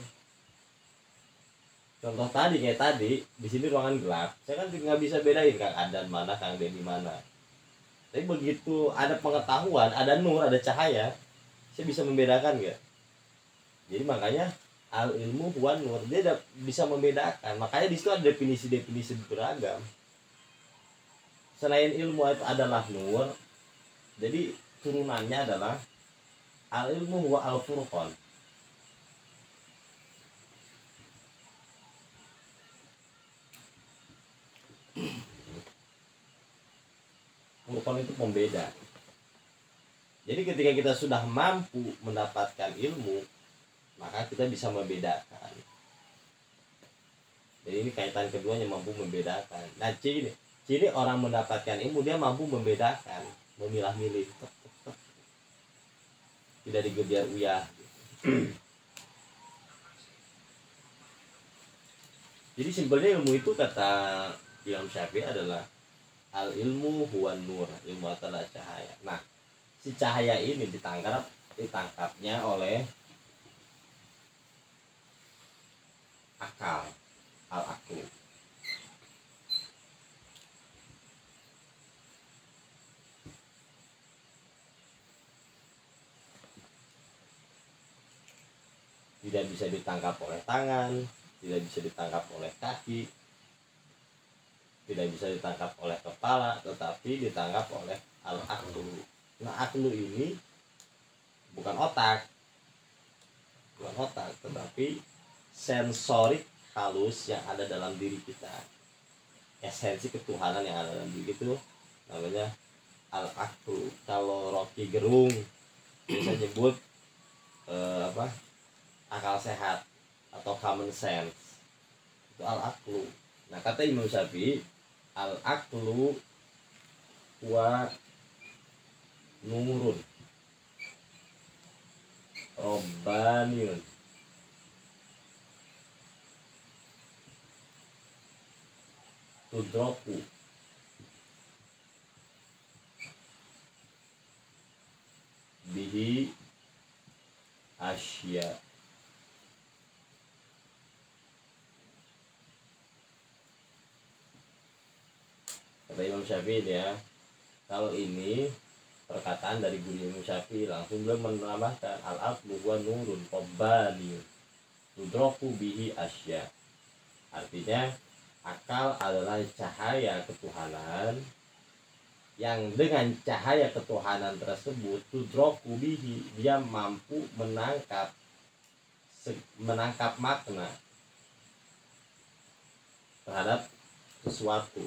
Contoh tadi kayak tadi, di sini ruangan gelap, saya kan nggak bisa bedain Kang Adan mana, Kang Dedi mana. Tapi begitu ada pengetahuan, ada nur, ada cahaya, saya bisa membedakan nggak? Jadi makanya al ilmu huwa nur, dia bisa membedakan. Makanya di situ ada definisi-definisi beragam. Selain ilmu itu adalah nur, jadi turunannya adalah al ilmu huwa al furqan. Furqan itu pembeda. Jadi ketika kita sudah mampu mendapatkan ilmu, maka kita bisa membedakan. Jadi ini kaitan keduanya, mampu membedakan. Nah ciri orang mendapatkan ilmu, dia mampu membedakan, memilah-milih, tidak digebiar uyah. Jadi simpelnya ilmu itu kata Imam Syafi'i adalah al ilmu huwa nur, ilmu adalah cahaya. Nah si cahaya ini ditangkapnya oleh akal, al aklu. Tidak bisa ditangkap oleh tangan, tidak bisa ditangkap oleh kaki, tidak bisa ditangkap oleh kepala, tetapi ditangkap oleh al aklu. Nah, aklu ini bukan otak, tetapi sensorik halus yang ada dalam diri kita. Esensi ketuhanan yang ada dalam diri itu namanya al aklu. Kalau Rocky Gerung bisa nyebut akal sehat atau common sense, itu al aklu. Nah, kata Imam Syafi'i, al aklu wa nurun robbaniun tudroku bihi asya. Kata Imam Syafi'i ya, kalau ini perkataan dari guru Imam Syafi'i, langsung beliau menambahkan al-aqlu wa nurun qabbani tudroku bihi asya. Artinya akal adalah cahaya ketuhanan yang dengan cahaya ketuhanan tersebut tudroku bihi, dia mampu menangkap makna terhadap sesuatu.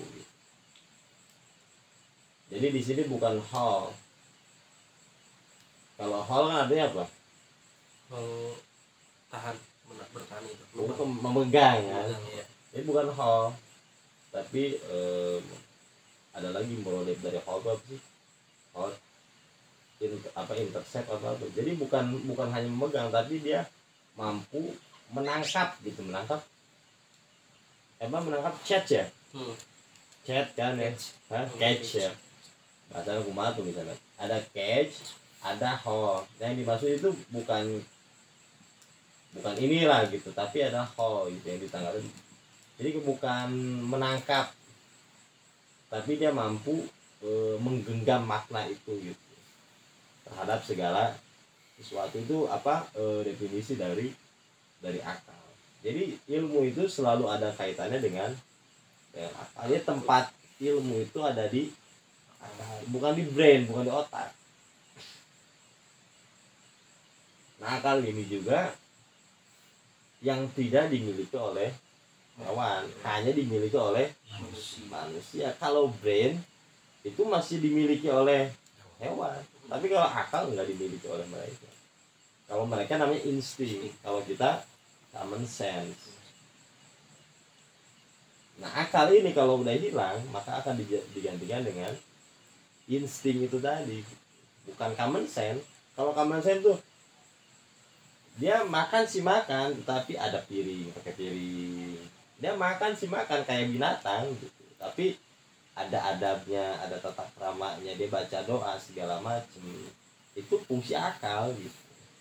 Jadi di sini bukan hal. Kalau hal kan artinya apa? Tahan, bertahan itu. Bukan memegang kan? Ya. Ini bukan hal, tapi ada lagi merodep dari hal itu apa sih? Hal intercept apa? Jadi bukan hanya memegang, tapi dia mampu menangkap gitu, menangkap catch ya? Catch kan ya? Catch ya. Bahasa kumaha tuh misalnya. Ada catch, ada hole. Yang dimaksud itu bukan inilah gitu, tapi ada hole gitu yang ditangkap. Jadi bukan menangkap, tapi dia mampu menggenggam makna itu gitu terhadap segala sesuatu. Itu definisi dari akal. Jadi ilmu itu selalu ada kaitannya dengan akal. Jadi tempat ilmu itu ada di akal, bukan di brain, bukan di otak. Nah, akal ini juga yang tidak dimiliki oleh hewan, hanya dimiliki oleh manusia. Kalau brain itu masih dimiliki oleh hewan, tapi kalau akal nggak dimiliki oleh mereka. Kalau mereka namanya insting, kalau kita common sense. Nah, akal ini kalau udah hilang, maka akan digantikan dengan insting itu tadi, bukan common sense. Kalau common sense tuh dia makan, tapi ada piring, pakai piring. Dia makan kayak binatang gitu, tapi ada adabnya, ada tata keramanya, dia baca doa segala macem. Itu fungsi akal gitu,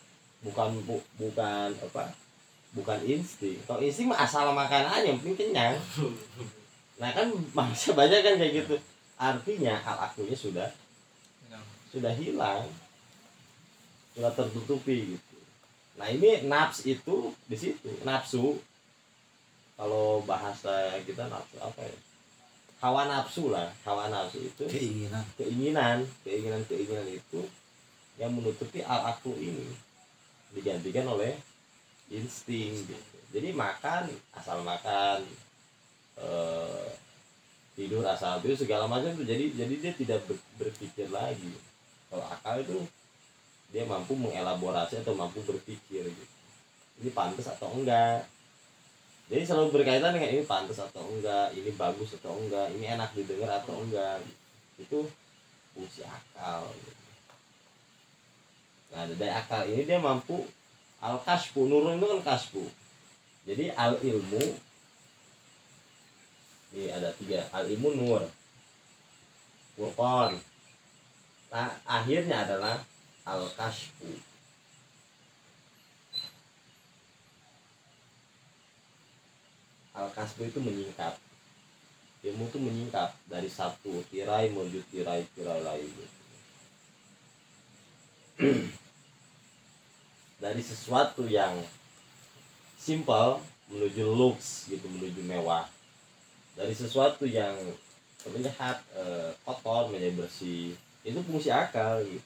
bukan insting. Kalau insting mah asal makan aja, yang penting kenyang. Nah kan manusia banyak kan kayak gitu. Artinya al aklunya sudah hilang, sudah tertutupi gitu. Nah ini nafs itu di situ, nafsu. Kalau bahasa kita nafsu apa ya? Hawa nafsu lah. Hawa nafsu itu keinginan itu yang menutupi al aklu ini, digantikan oleh insting gitu. Jadi makan asal makan, tidur asal tidur, segala macam tuh. Jadi dia tidak berpikir lagi. Kalau akal itu dia mampu mengelaborasi atau mampu berpikir gitu. Ini pantas atau enggak. Jadi selalu berkaitan dengan ini pantas atau enggak, ini bagus atau enggak, ini enak didengar atau enggak. Itu fungsi akal gitu. Nah, dari akal ini dia mampu al-kasfu, nurun itu kan kasfu. Jadi al-ilmu ini ada 3, al-ilmu nur, furqan. Nah, akhirnya adalah al-kasfu. Al-kasbu itu menyingkap. Ilmu itu menyingkap dari satu tirai menuju tirai-tirai lain gitu. Dari sesuatu yang simple menuju lux gitu, menuju mewah. Dari sesuatu yang terlihat kotor menjadi bersih. Itu fungsi akal gitu.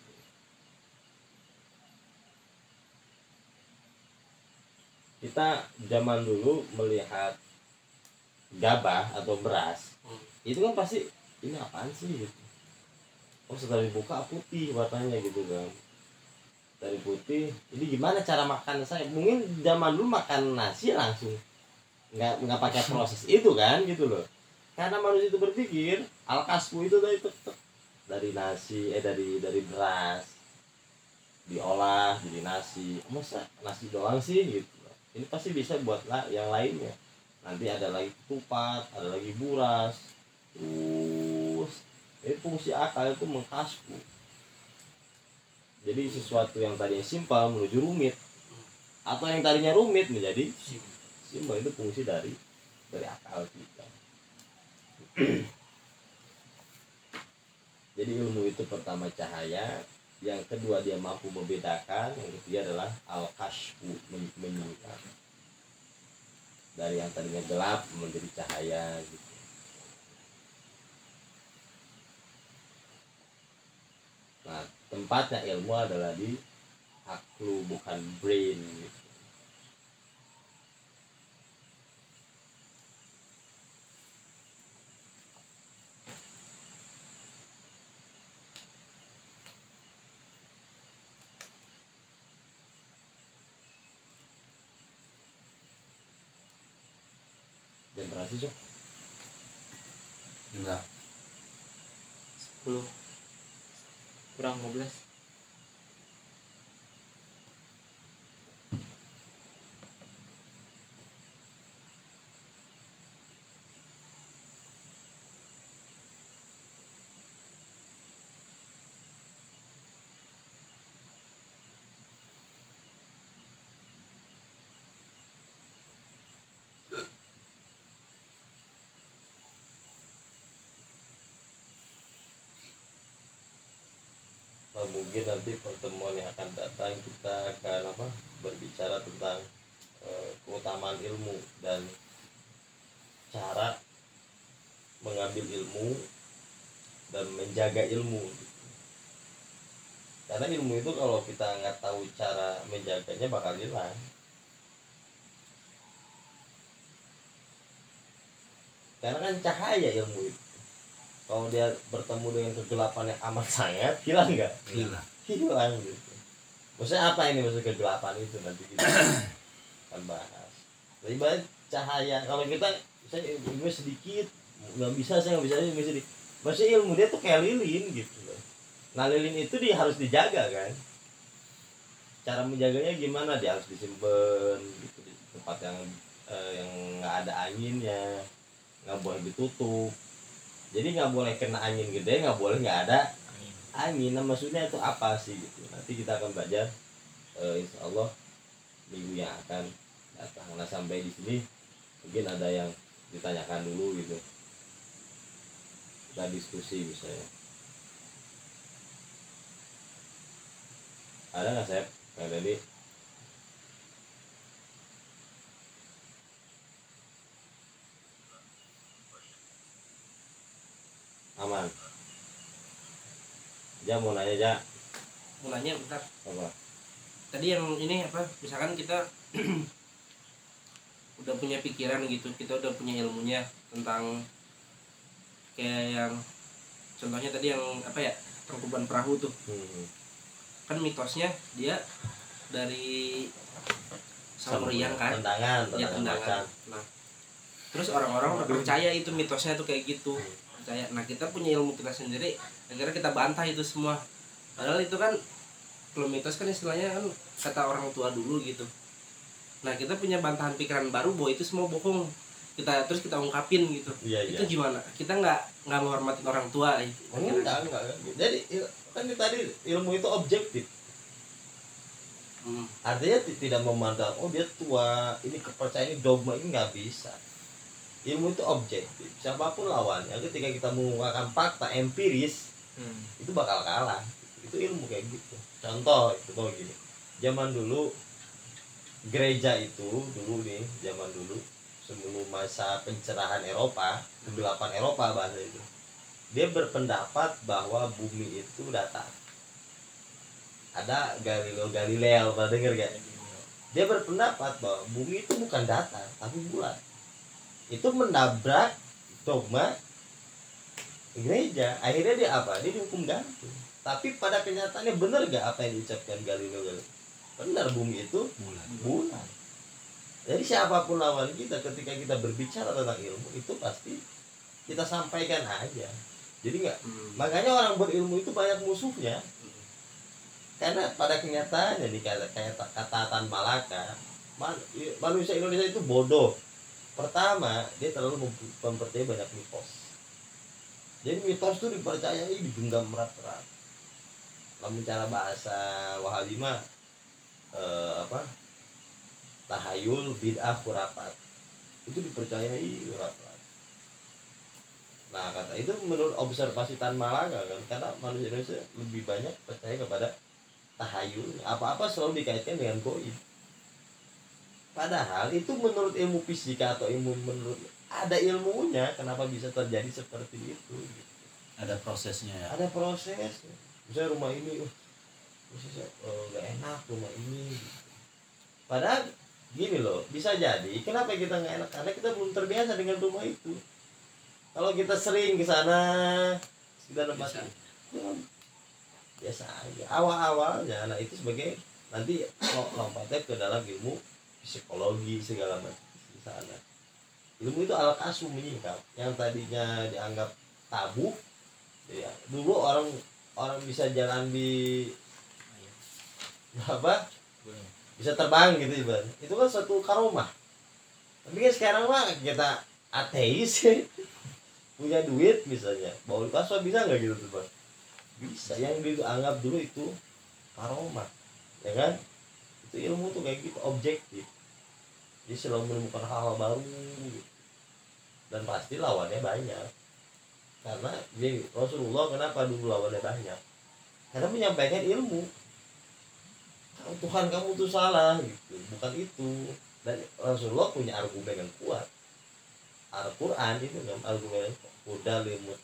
Kita zaman dulu melihat gabah atau beras, itu kan pasti ini apaan sih gitu. Oh setelah dibuka putih warnanya gitu kan. Dari putih, ini gimana cara makan saya? Mungkin zaman dulu makan nasi langsung, nggak pakai proses itu kan gitu loh. Karena manusia itu berpikir al-kasbu itu dari nasi dari beras diolah jadi nasi. Masa nasi doang sih gitu. Ini pasti bisa buat yang lainnya. Nanti ada lagi ketupat, ada lagi buras. Terus ini fungsi akal itu mengkasbu. Jadi sesuatu yang tadinya simpel menuju rumit, atau yang tadinya rumit menjadi simpel, itu fungsi dari akal kita. Jadi ilmu itu pertama cahaya, yang kedua dia mampu membedakan, yang ketiga adalah al-kashfu, menyingkap dari yang tadinya gelap menjadi cahaya gitu. Nah, tempatnya ilmu adalah di aklu, bukan brain gitu. Dan berarti Cok? Enggak. 10 kurang 15. Mungkin nanti pertemuan yang akan datang kita akan berbicara tentang keutamaan ilmu dan cara mengambil ilmu dan menjaga ilmu. Karena ilmu itu kalau kita nggak tahu cara menjaganya bakal hilang. Karena kan cahaya ilmu itu. Kalau dia bertemu dengan kegelapan yang amat sangat, hilang nggak? Hilang gitu. Maksudnya apa ini maksud kegelapan itu, nanti kita akan bahas. Lebih baik cahaya. Kalau kita saya ilmu sedikit, nggak bisa sedikit. Maksudnya ilmu dia tuh kayak lilin gitu loh. Nah lilin itu dia harus dijaga kan. Cara menjaganya gimana? Dia harus disimpan gitu di tempat yang nggak ada anginnya, nggak boleh ditutup. Jadi nggak boleh kena angin gede, nggak boleh nggak ada angin. Nah maksudnya itu apa sih gitu? Nanti kita akan belajar insya Allah minggu yang akan datang. Nah sampai di sini mungkin ada yang ditanyakan dulu gitu. Kita diskusi misalnya. Ada nggak Sep? Yang tadi? Aman. Mau nanya aja. Mau nanya bentar. Apa? Tadi yang ini apa? Misalkan kita udah punya pikiran gitu, kita udah punya ilmunya tentang kayak yang contohnya tadi yang apa ya? Tangkuban perahu tuh. Kan mitosnya dia dari Samuriang kan? Tendangan. Nah, terus orang-orang percaya itu mitosnya tuh kayak gitu. Nah kita punya ilmu kita sendiri, akhirnya kita bantah itu semua. Padahal itu kan kalau mitos kan istilahnya kan kata orang tua dulu gitu. Nah kita punya bantahan pikiran baru bahwa itu semua bohong. Kita ungkapin gitu. Iya. Itu gimana? Kita nggak menghormatin orang tua. Enggak. Jadi kan tadi ilmu itu objektif. Artinya tidak memandang oh dia tua, ini kepercayaan, ini dogma, ini nggak bisa. ilmu itu objektif, siapapun lawannya ketika kita mengungkapkan fakta empiris itu bakal kalah. Itu ilmu kayak gitu. Contoh itu kalau gini, zaman dulu gereja itu dulu nih, zaman dulu sebelum masa pencerahan Eropa, kegelapan Eropa bahasa itu, dia berpendapat bahwa bumi itu datar. Ada Galileo Galilei, pernah dengar gak? Dia berpendapat bahwa bumi itu bukan datar tapi bulat. Itu menabrak dogma gereja. Akhirnya dia apa? Dia dihukum gantung. Tapi pada kenyataannya benar gak apa yang diucapkan Galileo Galilei? Benar, bumi itu bulat. Jadi siapapun lawan kita ketika kita berbicara tentang ilmu itu pasti kita sampaikan aja. Jadi nggak, makanya orang berilmu itu banyak musuhnya. Karena pada kenyataannya nih kayak kata Tan Malaka, manusia Indonesia itu bodoh. Pertama, dia terlalu mempercayai banyak mitos. Jadi mitos itu dipercayai, digenggam erat-erat. Kalau bicara bahasa Wahabi mah tahayul, bid'ah, khurafat. Itu dipercayai erat-erat. Nah, kata itu menurut observasi Tan Malaka kan, karena manusia Indonesia lebih banyak percaya kepada tahayul. Apa-apa selalu dikaitkan dengan goib. Padahal itu menurut ilmu fisika atau menurut ada ilmunya kenapa bisa terjadi seperti itu gitu. Ada prosesnya ya. Ada proses. Misalnya rumah ini nggak enak rumah ini gitu. Padahal gini loh, bisa jadi kenapa kita nggak enak karena kita belum terbiasa dengan rumah itu. Kalau kita sering ke sana sekitar tempat itu biasa aja awal-awalnya. Nah itu sebagai nanti lompatnya ke dalam ilmu psikologi segala macam di sana. Ilmu itu alat asuh menyingkap yang tadinya dianggap tabu. Ya, dulu orang bisa jalan di apa? Bisa terbang gitu ibaratnya. Itu kan suatu karomah. Tapi kan sekarang mah kita ateis punya duit misalnya, bawa paswa bisa nggak gitu tuh Bang? Bisa. Yang dianggap dulu itu karomah, ya kan? Itu ilmu tuh kayak gitu, objektif. Dia selalu menemukan hal-hal baru gitu. Dan pasti lawannya banyak. Karena Rasulullah kenapa dulu lawannya banyak? Karena menyampaikan ilmu. Tuhan kamu tuh salah gitu, bukan itu. Dan Rasulullah punya argumen yang kuat. Al-Quran itu kan argumen udah limut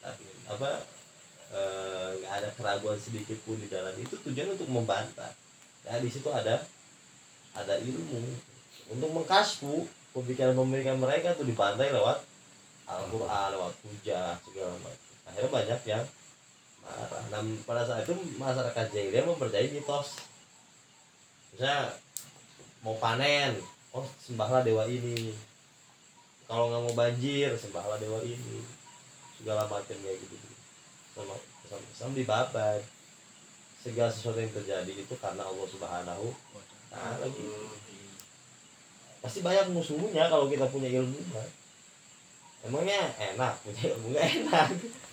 nggak ada keraguan sedikit pun di dalam itu, tujuan untuk membantah. Nah di situ ada ilmu untuk mengkasfu pemikiran mereka tuh dibantai lewat Al-Quran, lewat hujah segala macam. Akhirnya banyak yang marah. Nah pada saat itu masyarakat jahiliyah mempercayai mitos. Misalnya mau panen, oh sembahlah dewa ini. Kalau nggak mau banjir, sembahlah dewa ini. Segala macam kayak gitu. Sama dibabat. Segala sesuatu yang terjadi itu karena Allah Subhanahu wa Ta'ala gitu. Pasti banyak musuhnya kalau kita punya ilmu. Emangnya enak punya ilmu? Nggak enak.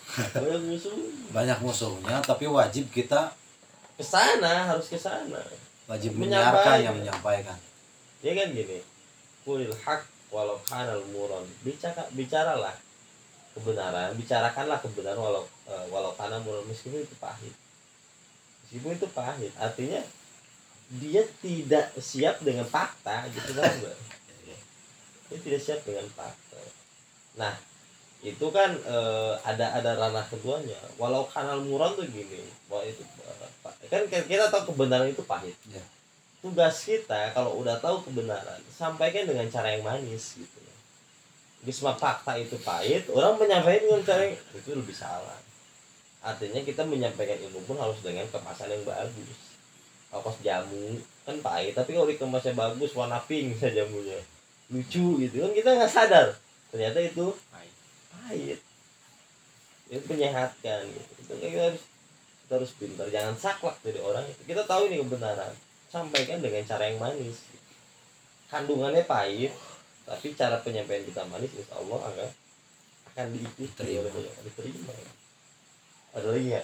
Banyak musuhnya, tapi wajib kita kesana, harus kesana. Wajib menyiarkan yang menyampaikan. Ya kan gini, qulil haq walau kanal muron. Bicaralah kebenaran, bicarakanlah kebenaran walau kana muron, meskipun itu pahit. Meskipun itu pahit, artinya dia tidak siap dengan fakta gitu kan, Mbak. Dia tidak siap dengan fakta. Nah, itu kan ada ranah keduanya. Walau kanal muron tuh gini, bahwa itu kan kita tahu kebenaran itu pahit. Ya. Tugas kita kalau udah tahu kebenaran, sampaikan dengan cara yang manis gitu. Jadi semua fakta itu pahit, orang menyampaikan dengan cara yang itu lebih salah. Artinya kita menyampaikan ilmu pun harus dengan kemasan yang bagus. Kalau jamu kan pahit, tapi kalau dikemasnya bagus, warna pink saja jamunya, lucu gitu kan, kita nggak sadar ternyata itu pahit. Itu menyehatkan gitu. Kita harus pintar, jangan saklek dari orang itu. Kita tahu ini kebenaran, sampaikan dengan cara yang manis. Kandungannya pahit, tapi cara penyampaian kita manis, insya Allah akan diikuti oleh banyak, diterima. Ada lagi nggak?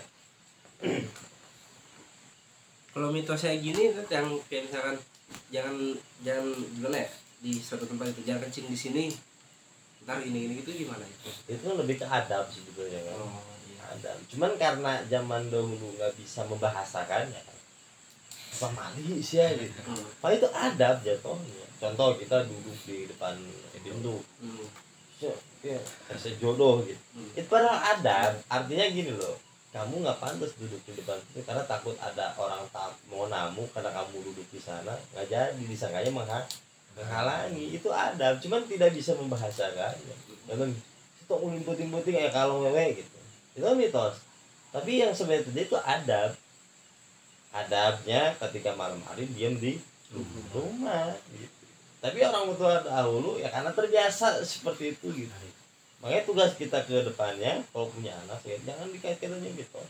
Kalau mitos kayak gini yang kayak misalkan jangan gimana ya, di suatu tempat itu jangan kencing di sini, ntar ini itu gimana itu? Itu lebih ke adab sebetulnya kan. Oh iya. Adab. Cuman karena zaman dahulu nggak bisa membahasakannya kan. Apa mali sih ya gitu. Pak itu adab jatuhnya. Contoh kita duduk di depan pintu. Ya, sejodoh gitu. Itu padahal adab. Artinya gini loh. Kamu nggak pantas duduk di depan pintu karena takut ada orang mau namu karena kamu duduk di sana nggak jadi disangkanya menghalangi. Itu adab. Cuman tidak bisa membahasakannya. Dan itu ulimput-imputin kayak kalong wewe gitu. Itu mitos. Tapi yang sebenarnya itu adab. Adabnya ketika malam hari diam di rumah gitu. Tapi orang tua dahulu ya karena terbiasa seperti itu gitu. Makanya tugas kita ke depannya kalau punya anak ya jangan dikait-kaitin dengan mitos.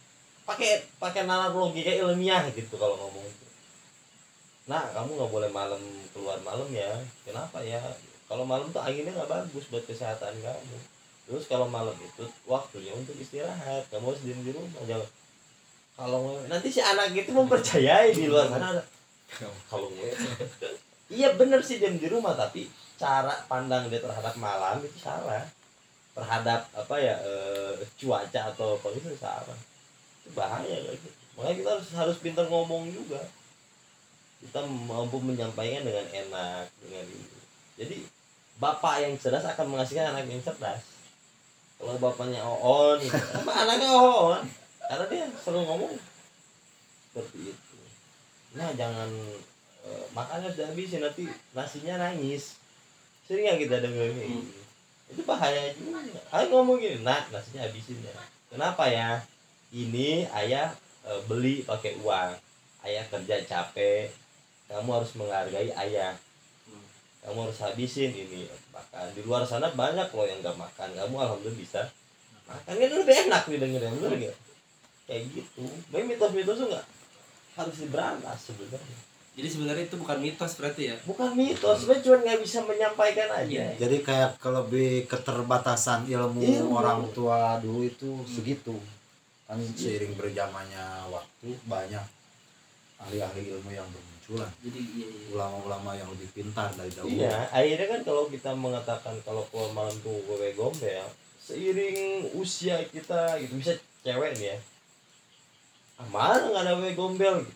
Pakai nalar logika ilmiah gitu kalau ngomong itu. Nah, kamu nggak boleh malam keluar malam ya. Kenapa ya? Kalau malam tuh anginnya nggak bagus buat kesehatan kamu. Terus kalau malam itu waktunya untuk istirahat. Kamu harus diam di rumah. Jangan kalau nanti si anak itu mempercayai di luar sana ada kalau iya bener sih diam di rumah tapi cara pandang dia terhadap malam itu salah. Terhadap apa ya cuaca atau kondisi salah. Itu bahaya kayak gitu. Makanya kita harus pintar ngomong juga. Kita mampu menyampaikan dengan enak dengan ini. Jadi bapak yang cerdas akan menghasilkan anak yang cerdas. Kalau bapaknya on gitu, apa anaknya on karena dia selalu ngomong seperti itu. Nah jangan makannya sudah habisin nanti nasinya nangis. Sering yang kita dengar ini. Itu bahaya juga. Ayo ngomong gini, nah nasinya habisin ya. Kenapa ya? Ini ayah beli pakai uang. Ayah kerja capek. Kamu harus menghargai ayah. Kamu harus habisin ini makan. Di luar sana banyak loh yang gak makan. Kamu alhamdulillah bisa makan. Kan lebih enak nih dengerin, bener gak? Kayak gitu. Tapi mitos-mitos tuh nggak harus diberantas sebenarnya. Jadi sebenarnya itu bukan mitos berarti ya? Bukan mitos, sebenarnya cuma nggak bisa menyampaikan aja. Jadi kayak lebih keterbatasan ilmu orang tua dulu itu segitu. Kan seiring berjalannya waktu banyak ahli-ahli ilmu yang bermunculan. Jadi Ulama-ulama yang lebih pintar dari dahulu. Iya, akhirnya kan kalau kita mengatakan kalau keluar malam tuh gue gombel, seiring usia kita gitu bisa cewek nih ya. Mana nggak ada wewe gombel gitu.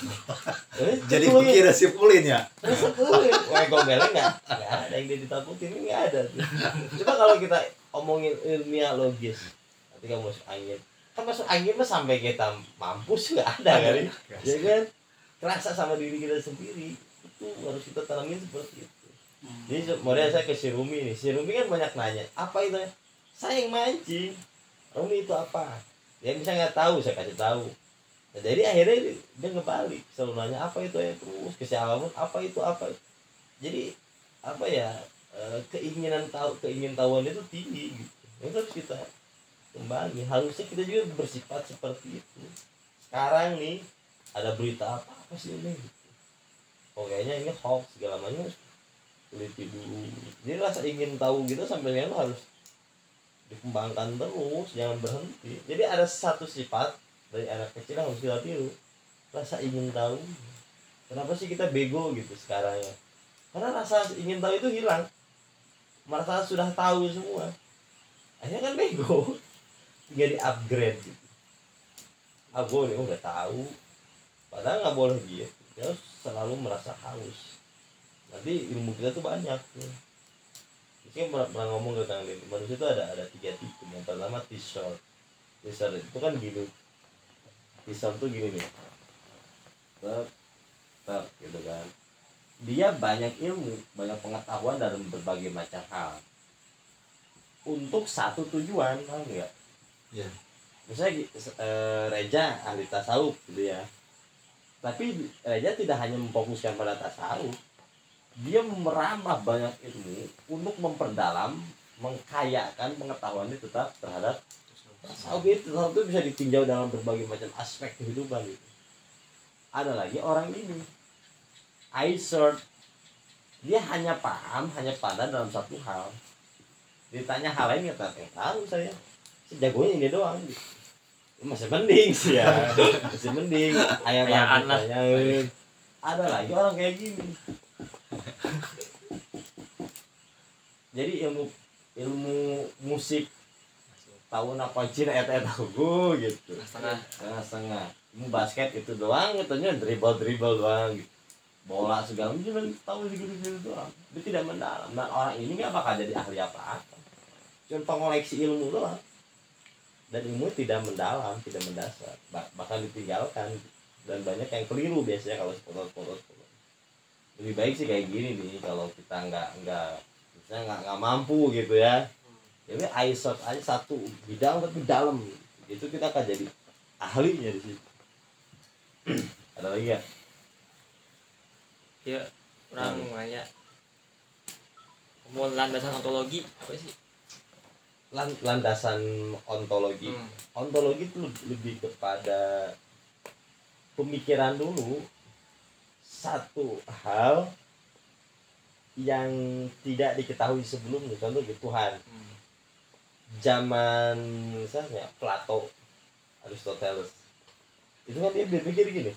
Jadi pikir simpulin ya. Wewe gombelnya nggak ada yang dia ditakutin, ini nggak ada. Coba kalau kita omongin ilmiah logis, ketika masuk angin, kan masuk angin mah sampai kita mampus nggak ada kan? Ya kan? Kerasa sama diri kita sendiri itu harus kita tanamin seperti itu. Jadi model saya ke si Rumi nih, si Rumi kan banyak nanya, apa itu? Saya yang mancing. Rumi itu apa? Dia bisa nggak tahu, saya kasih tahu. Nah, jadi akhirnya dia ngebalik, selalu nanya apa itu ya terus kesialan apa itu apa. Jadi apa ya keinginan tahuan itu tinggi gitu. Itu harus kita kembali. Harusnya kita juga bersifat seperti itu. Sekarang nih ada berita apa sih ini? Oh kayaknya ini hoax segala macam teliti dulu. Jadi rasa ingin tahu gitu sampai harus dikembangkan terus, jangan berhenti. Jadi ada satu sifat dari anak kecil yang harus kita tiru, rasa ingin tahu. Kenapa sih kita bego gitu sekarang ya? Karena rasa ingin tahu itu hilang, merasa sudah tahu semua, akhirnya kan bego. Tinggal di upgrade gitu. Gue nih udah tahu, padahal nggak boleh gitu. Kita harus selalu merasa haus. Nanti ilmu kita tuh banyak tuh. Mungkin pernah ngomong ke Kang Denny, manusia itu ada 3 tipe. Yang pertama T-short itu kan gini. T-short tuh gini nih, ter gitu kan. Dia banyak ilmu, banyak pengetahuan dalam berbagai macam hal untuk satu tujuan, kan enggak? Iya. Misalnya Reja ahli tasawuf gitu ya. Tapi Reja tidak hanya memfokuskan pada tasawuf, dia merambah banyak ilmu untuk memperdalam, mengkayakan pengetahuannya tetap terhadap tasawuf itu bisa ditinjau dalam berbagai macam aspek kehidupan gitu. Ada lagi orang ini iSearch, dia hanya pandang dalam satu hal. Ditanya hal lain nggak tahu saya. Jagonya ini doang gitu. Masih mending sih ya. Masih mending ayah anak. Ada lagi orang kayak gini. Jadi ilmu musik tahun apa Cina eta tahu gitu. Setengah. Ilmu basket itu doang katanya dribble doang gitu. Bola segala macam tahu gitu doang. Dia tidak mendalam. Nah, orang ini nggak bakal jadi ahli apa-apa. Cuma pengoleksi ilmu doang. Dan ilmu tidak mendalam, tidak mendasar. Bahkan ditinggalkan. Dan banyak yang keliru biasanya kalau sport. Lebih baik sih kayak gini nih kalau kita nggak mampu gitu ya. Jadi ISOT aja satu bidang tapi dalam itu kita akan jadi ahlinya di situ. Ada lagi ya? Ya, orang nanya mau landasan ontologi apa sih? Landasan ontologi. Ontologi itu lebih kepada pemikiran dulu satu hal yang tidak diketahui sebelumnya, contoh gitu Tuhan. Zaman misalnya Plato, Aristoteles, itu kan dia berpikir gini,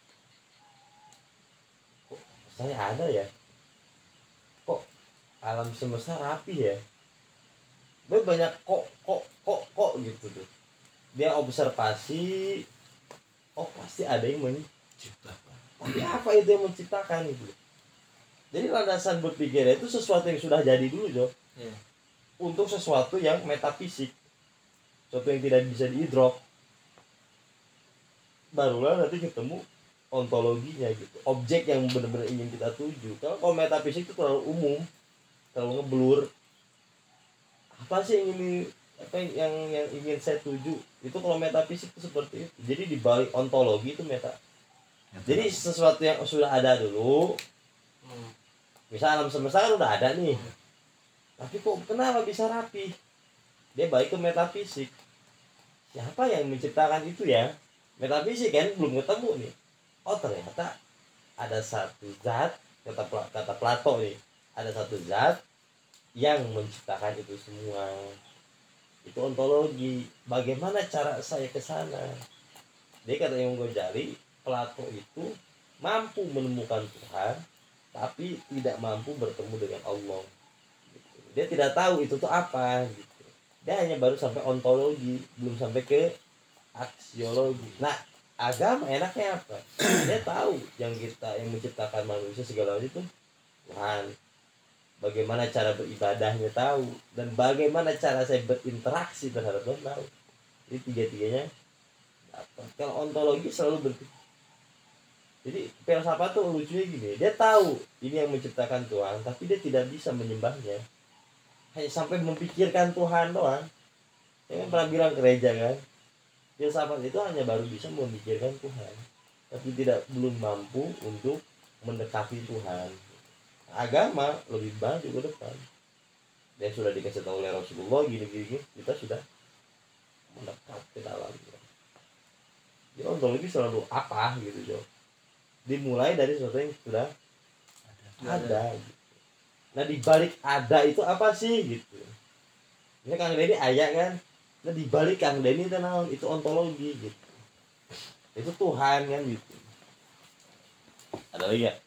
kok saya ada ya, kok alam semesta rapi ya, banyak kok gitu tuh. Dia observasi, oh pasti ada yang menciptakan. Tapi apa itu yang menciptakan itu? Jadi landasan berpikir itu sesuatu yang sudah jadi dulu, Jo. Yeah. Untuk sesuatu yang metafisik, sesuatu yang tidak bisa diidrok, barulah nanti ketemu ontologinya gitu, objek yang benar-benar ingin kita tuju. Kalau metafisik itu terlalu umum, terlalu ngeblur. Apa sih yang ingin saya tuju? Itu kalau metafisik itu seperti itu. Jadi di balik ontologi itu jadi sesuatu yang sudah ada dulu. Misal alam semesta kan udah ada nih. Tapi kok kenapa bisa rapi? Dia balik ke metafisik. Siapa yang menciptakan itu ya? Metafisik kan belum ketemu nih. Oh ternyata ada satu zat, kata Plato nih, ada satu zat yang menciptakan itu semua. Itu ontologi. Bagaimana cara saya ke sana? Dia kata Imam Ghazali, Plato itu mampu menemukan Tuhan, tapi tidak mampu bertemu dengan Allah. Dia tidak tahu itu tuh apa gitu. Dia hanya baru sampai ontologi, belum sampai ke aksiologi. Nah, agama enaknya apa? Dia tahu yang menciptakan manusia segala macam itu Tuhan. Bagaimana cara beribadahnya tahu, dan bagaimana cara saya berinteraksi terhadap Tuhan tahu. Jadi tiga-tiganya dapat. Kalau ontologi selalu berpikir. Jadi filsafat tuh lucunya gini, dia tahu ini yang menciptakan Tuhan, tapi dia tidak bisa menyembahnya. Hanya sampai memikirkan Tuhan doang. Saya kan pernah bilang gereja kan, filsafat itu hanya baru bisa memikirkan Tuhan, tapi belum mampu untuk mendekati Tuhan. Agama lebih maju ke depan. Dia sudah dikasih tahu oleh Rasulullah gini, kita sudah mendekat ke dalamnya. Jadi ontologi selalu apa gitu, Jo. Dimulai dari sesuatu yang sudah ada. Gitu. Nah di balik ada itu apa sih gitu. Ini Kang Denny ayat kan. Nah di balik Kang Denny itu ontologi gitu. Itu Tuhan kan gitu. Ada lagi ya?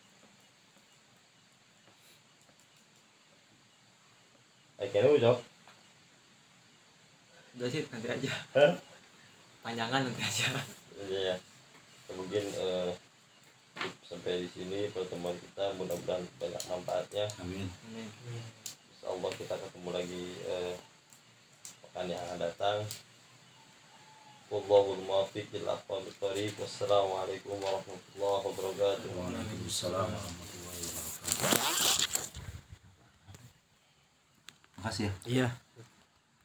Akhirnya udah. Udah sih nanti aja. Panjangan nanti aja. Iya. Mungkin sampai di sini pertemuan kita, mudah-mudahan banyak manfaatnya. Amin. Insyaallah kita ketemu lagi pekan yang akan datang. Wallahul muwaffiq ila aqwamit thoriq. Wassalamualaikum warahmatullahi wabarakatuh. Waalaikumsalam warahmatullahi wabarakatuh. Makasih ya. Iya.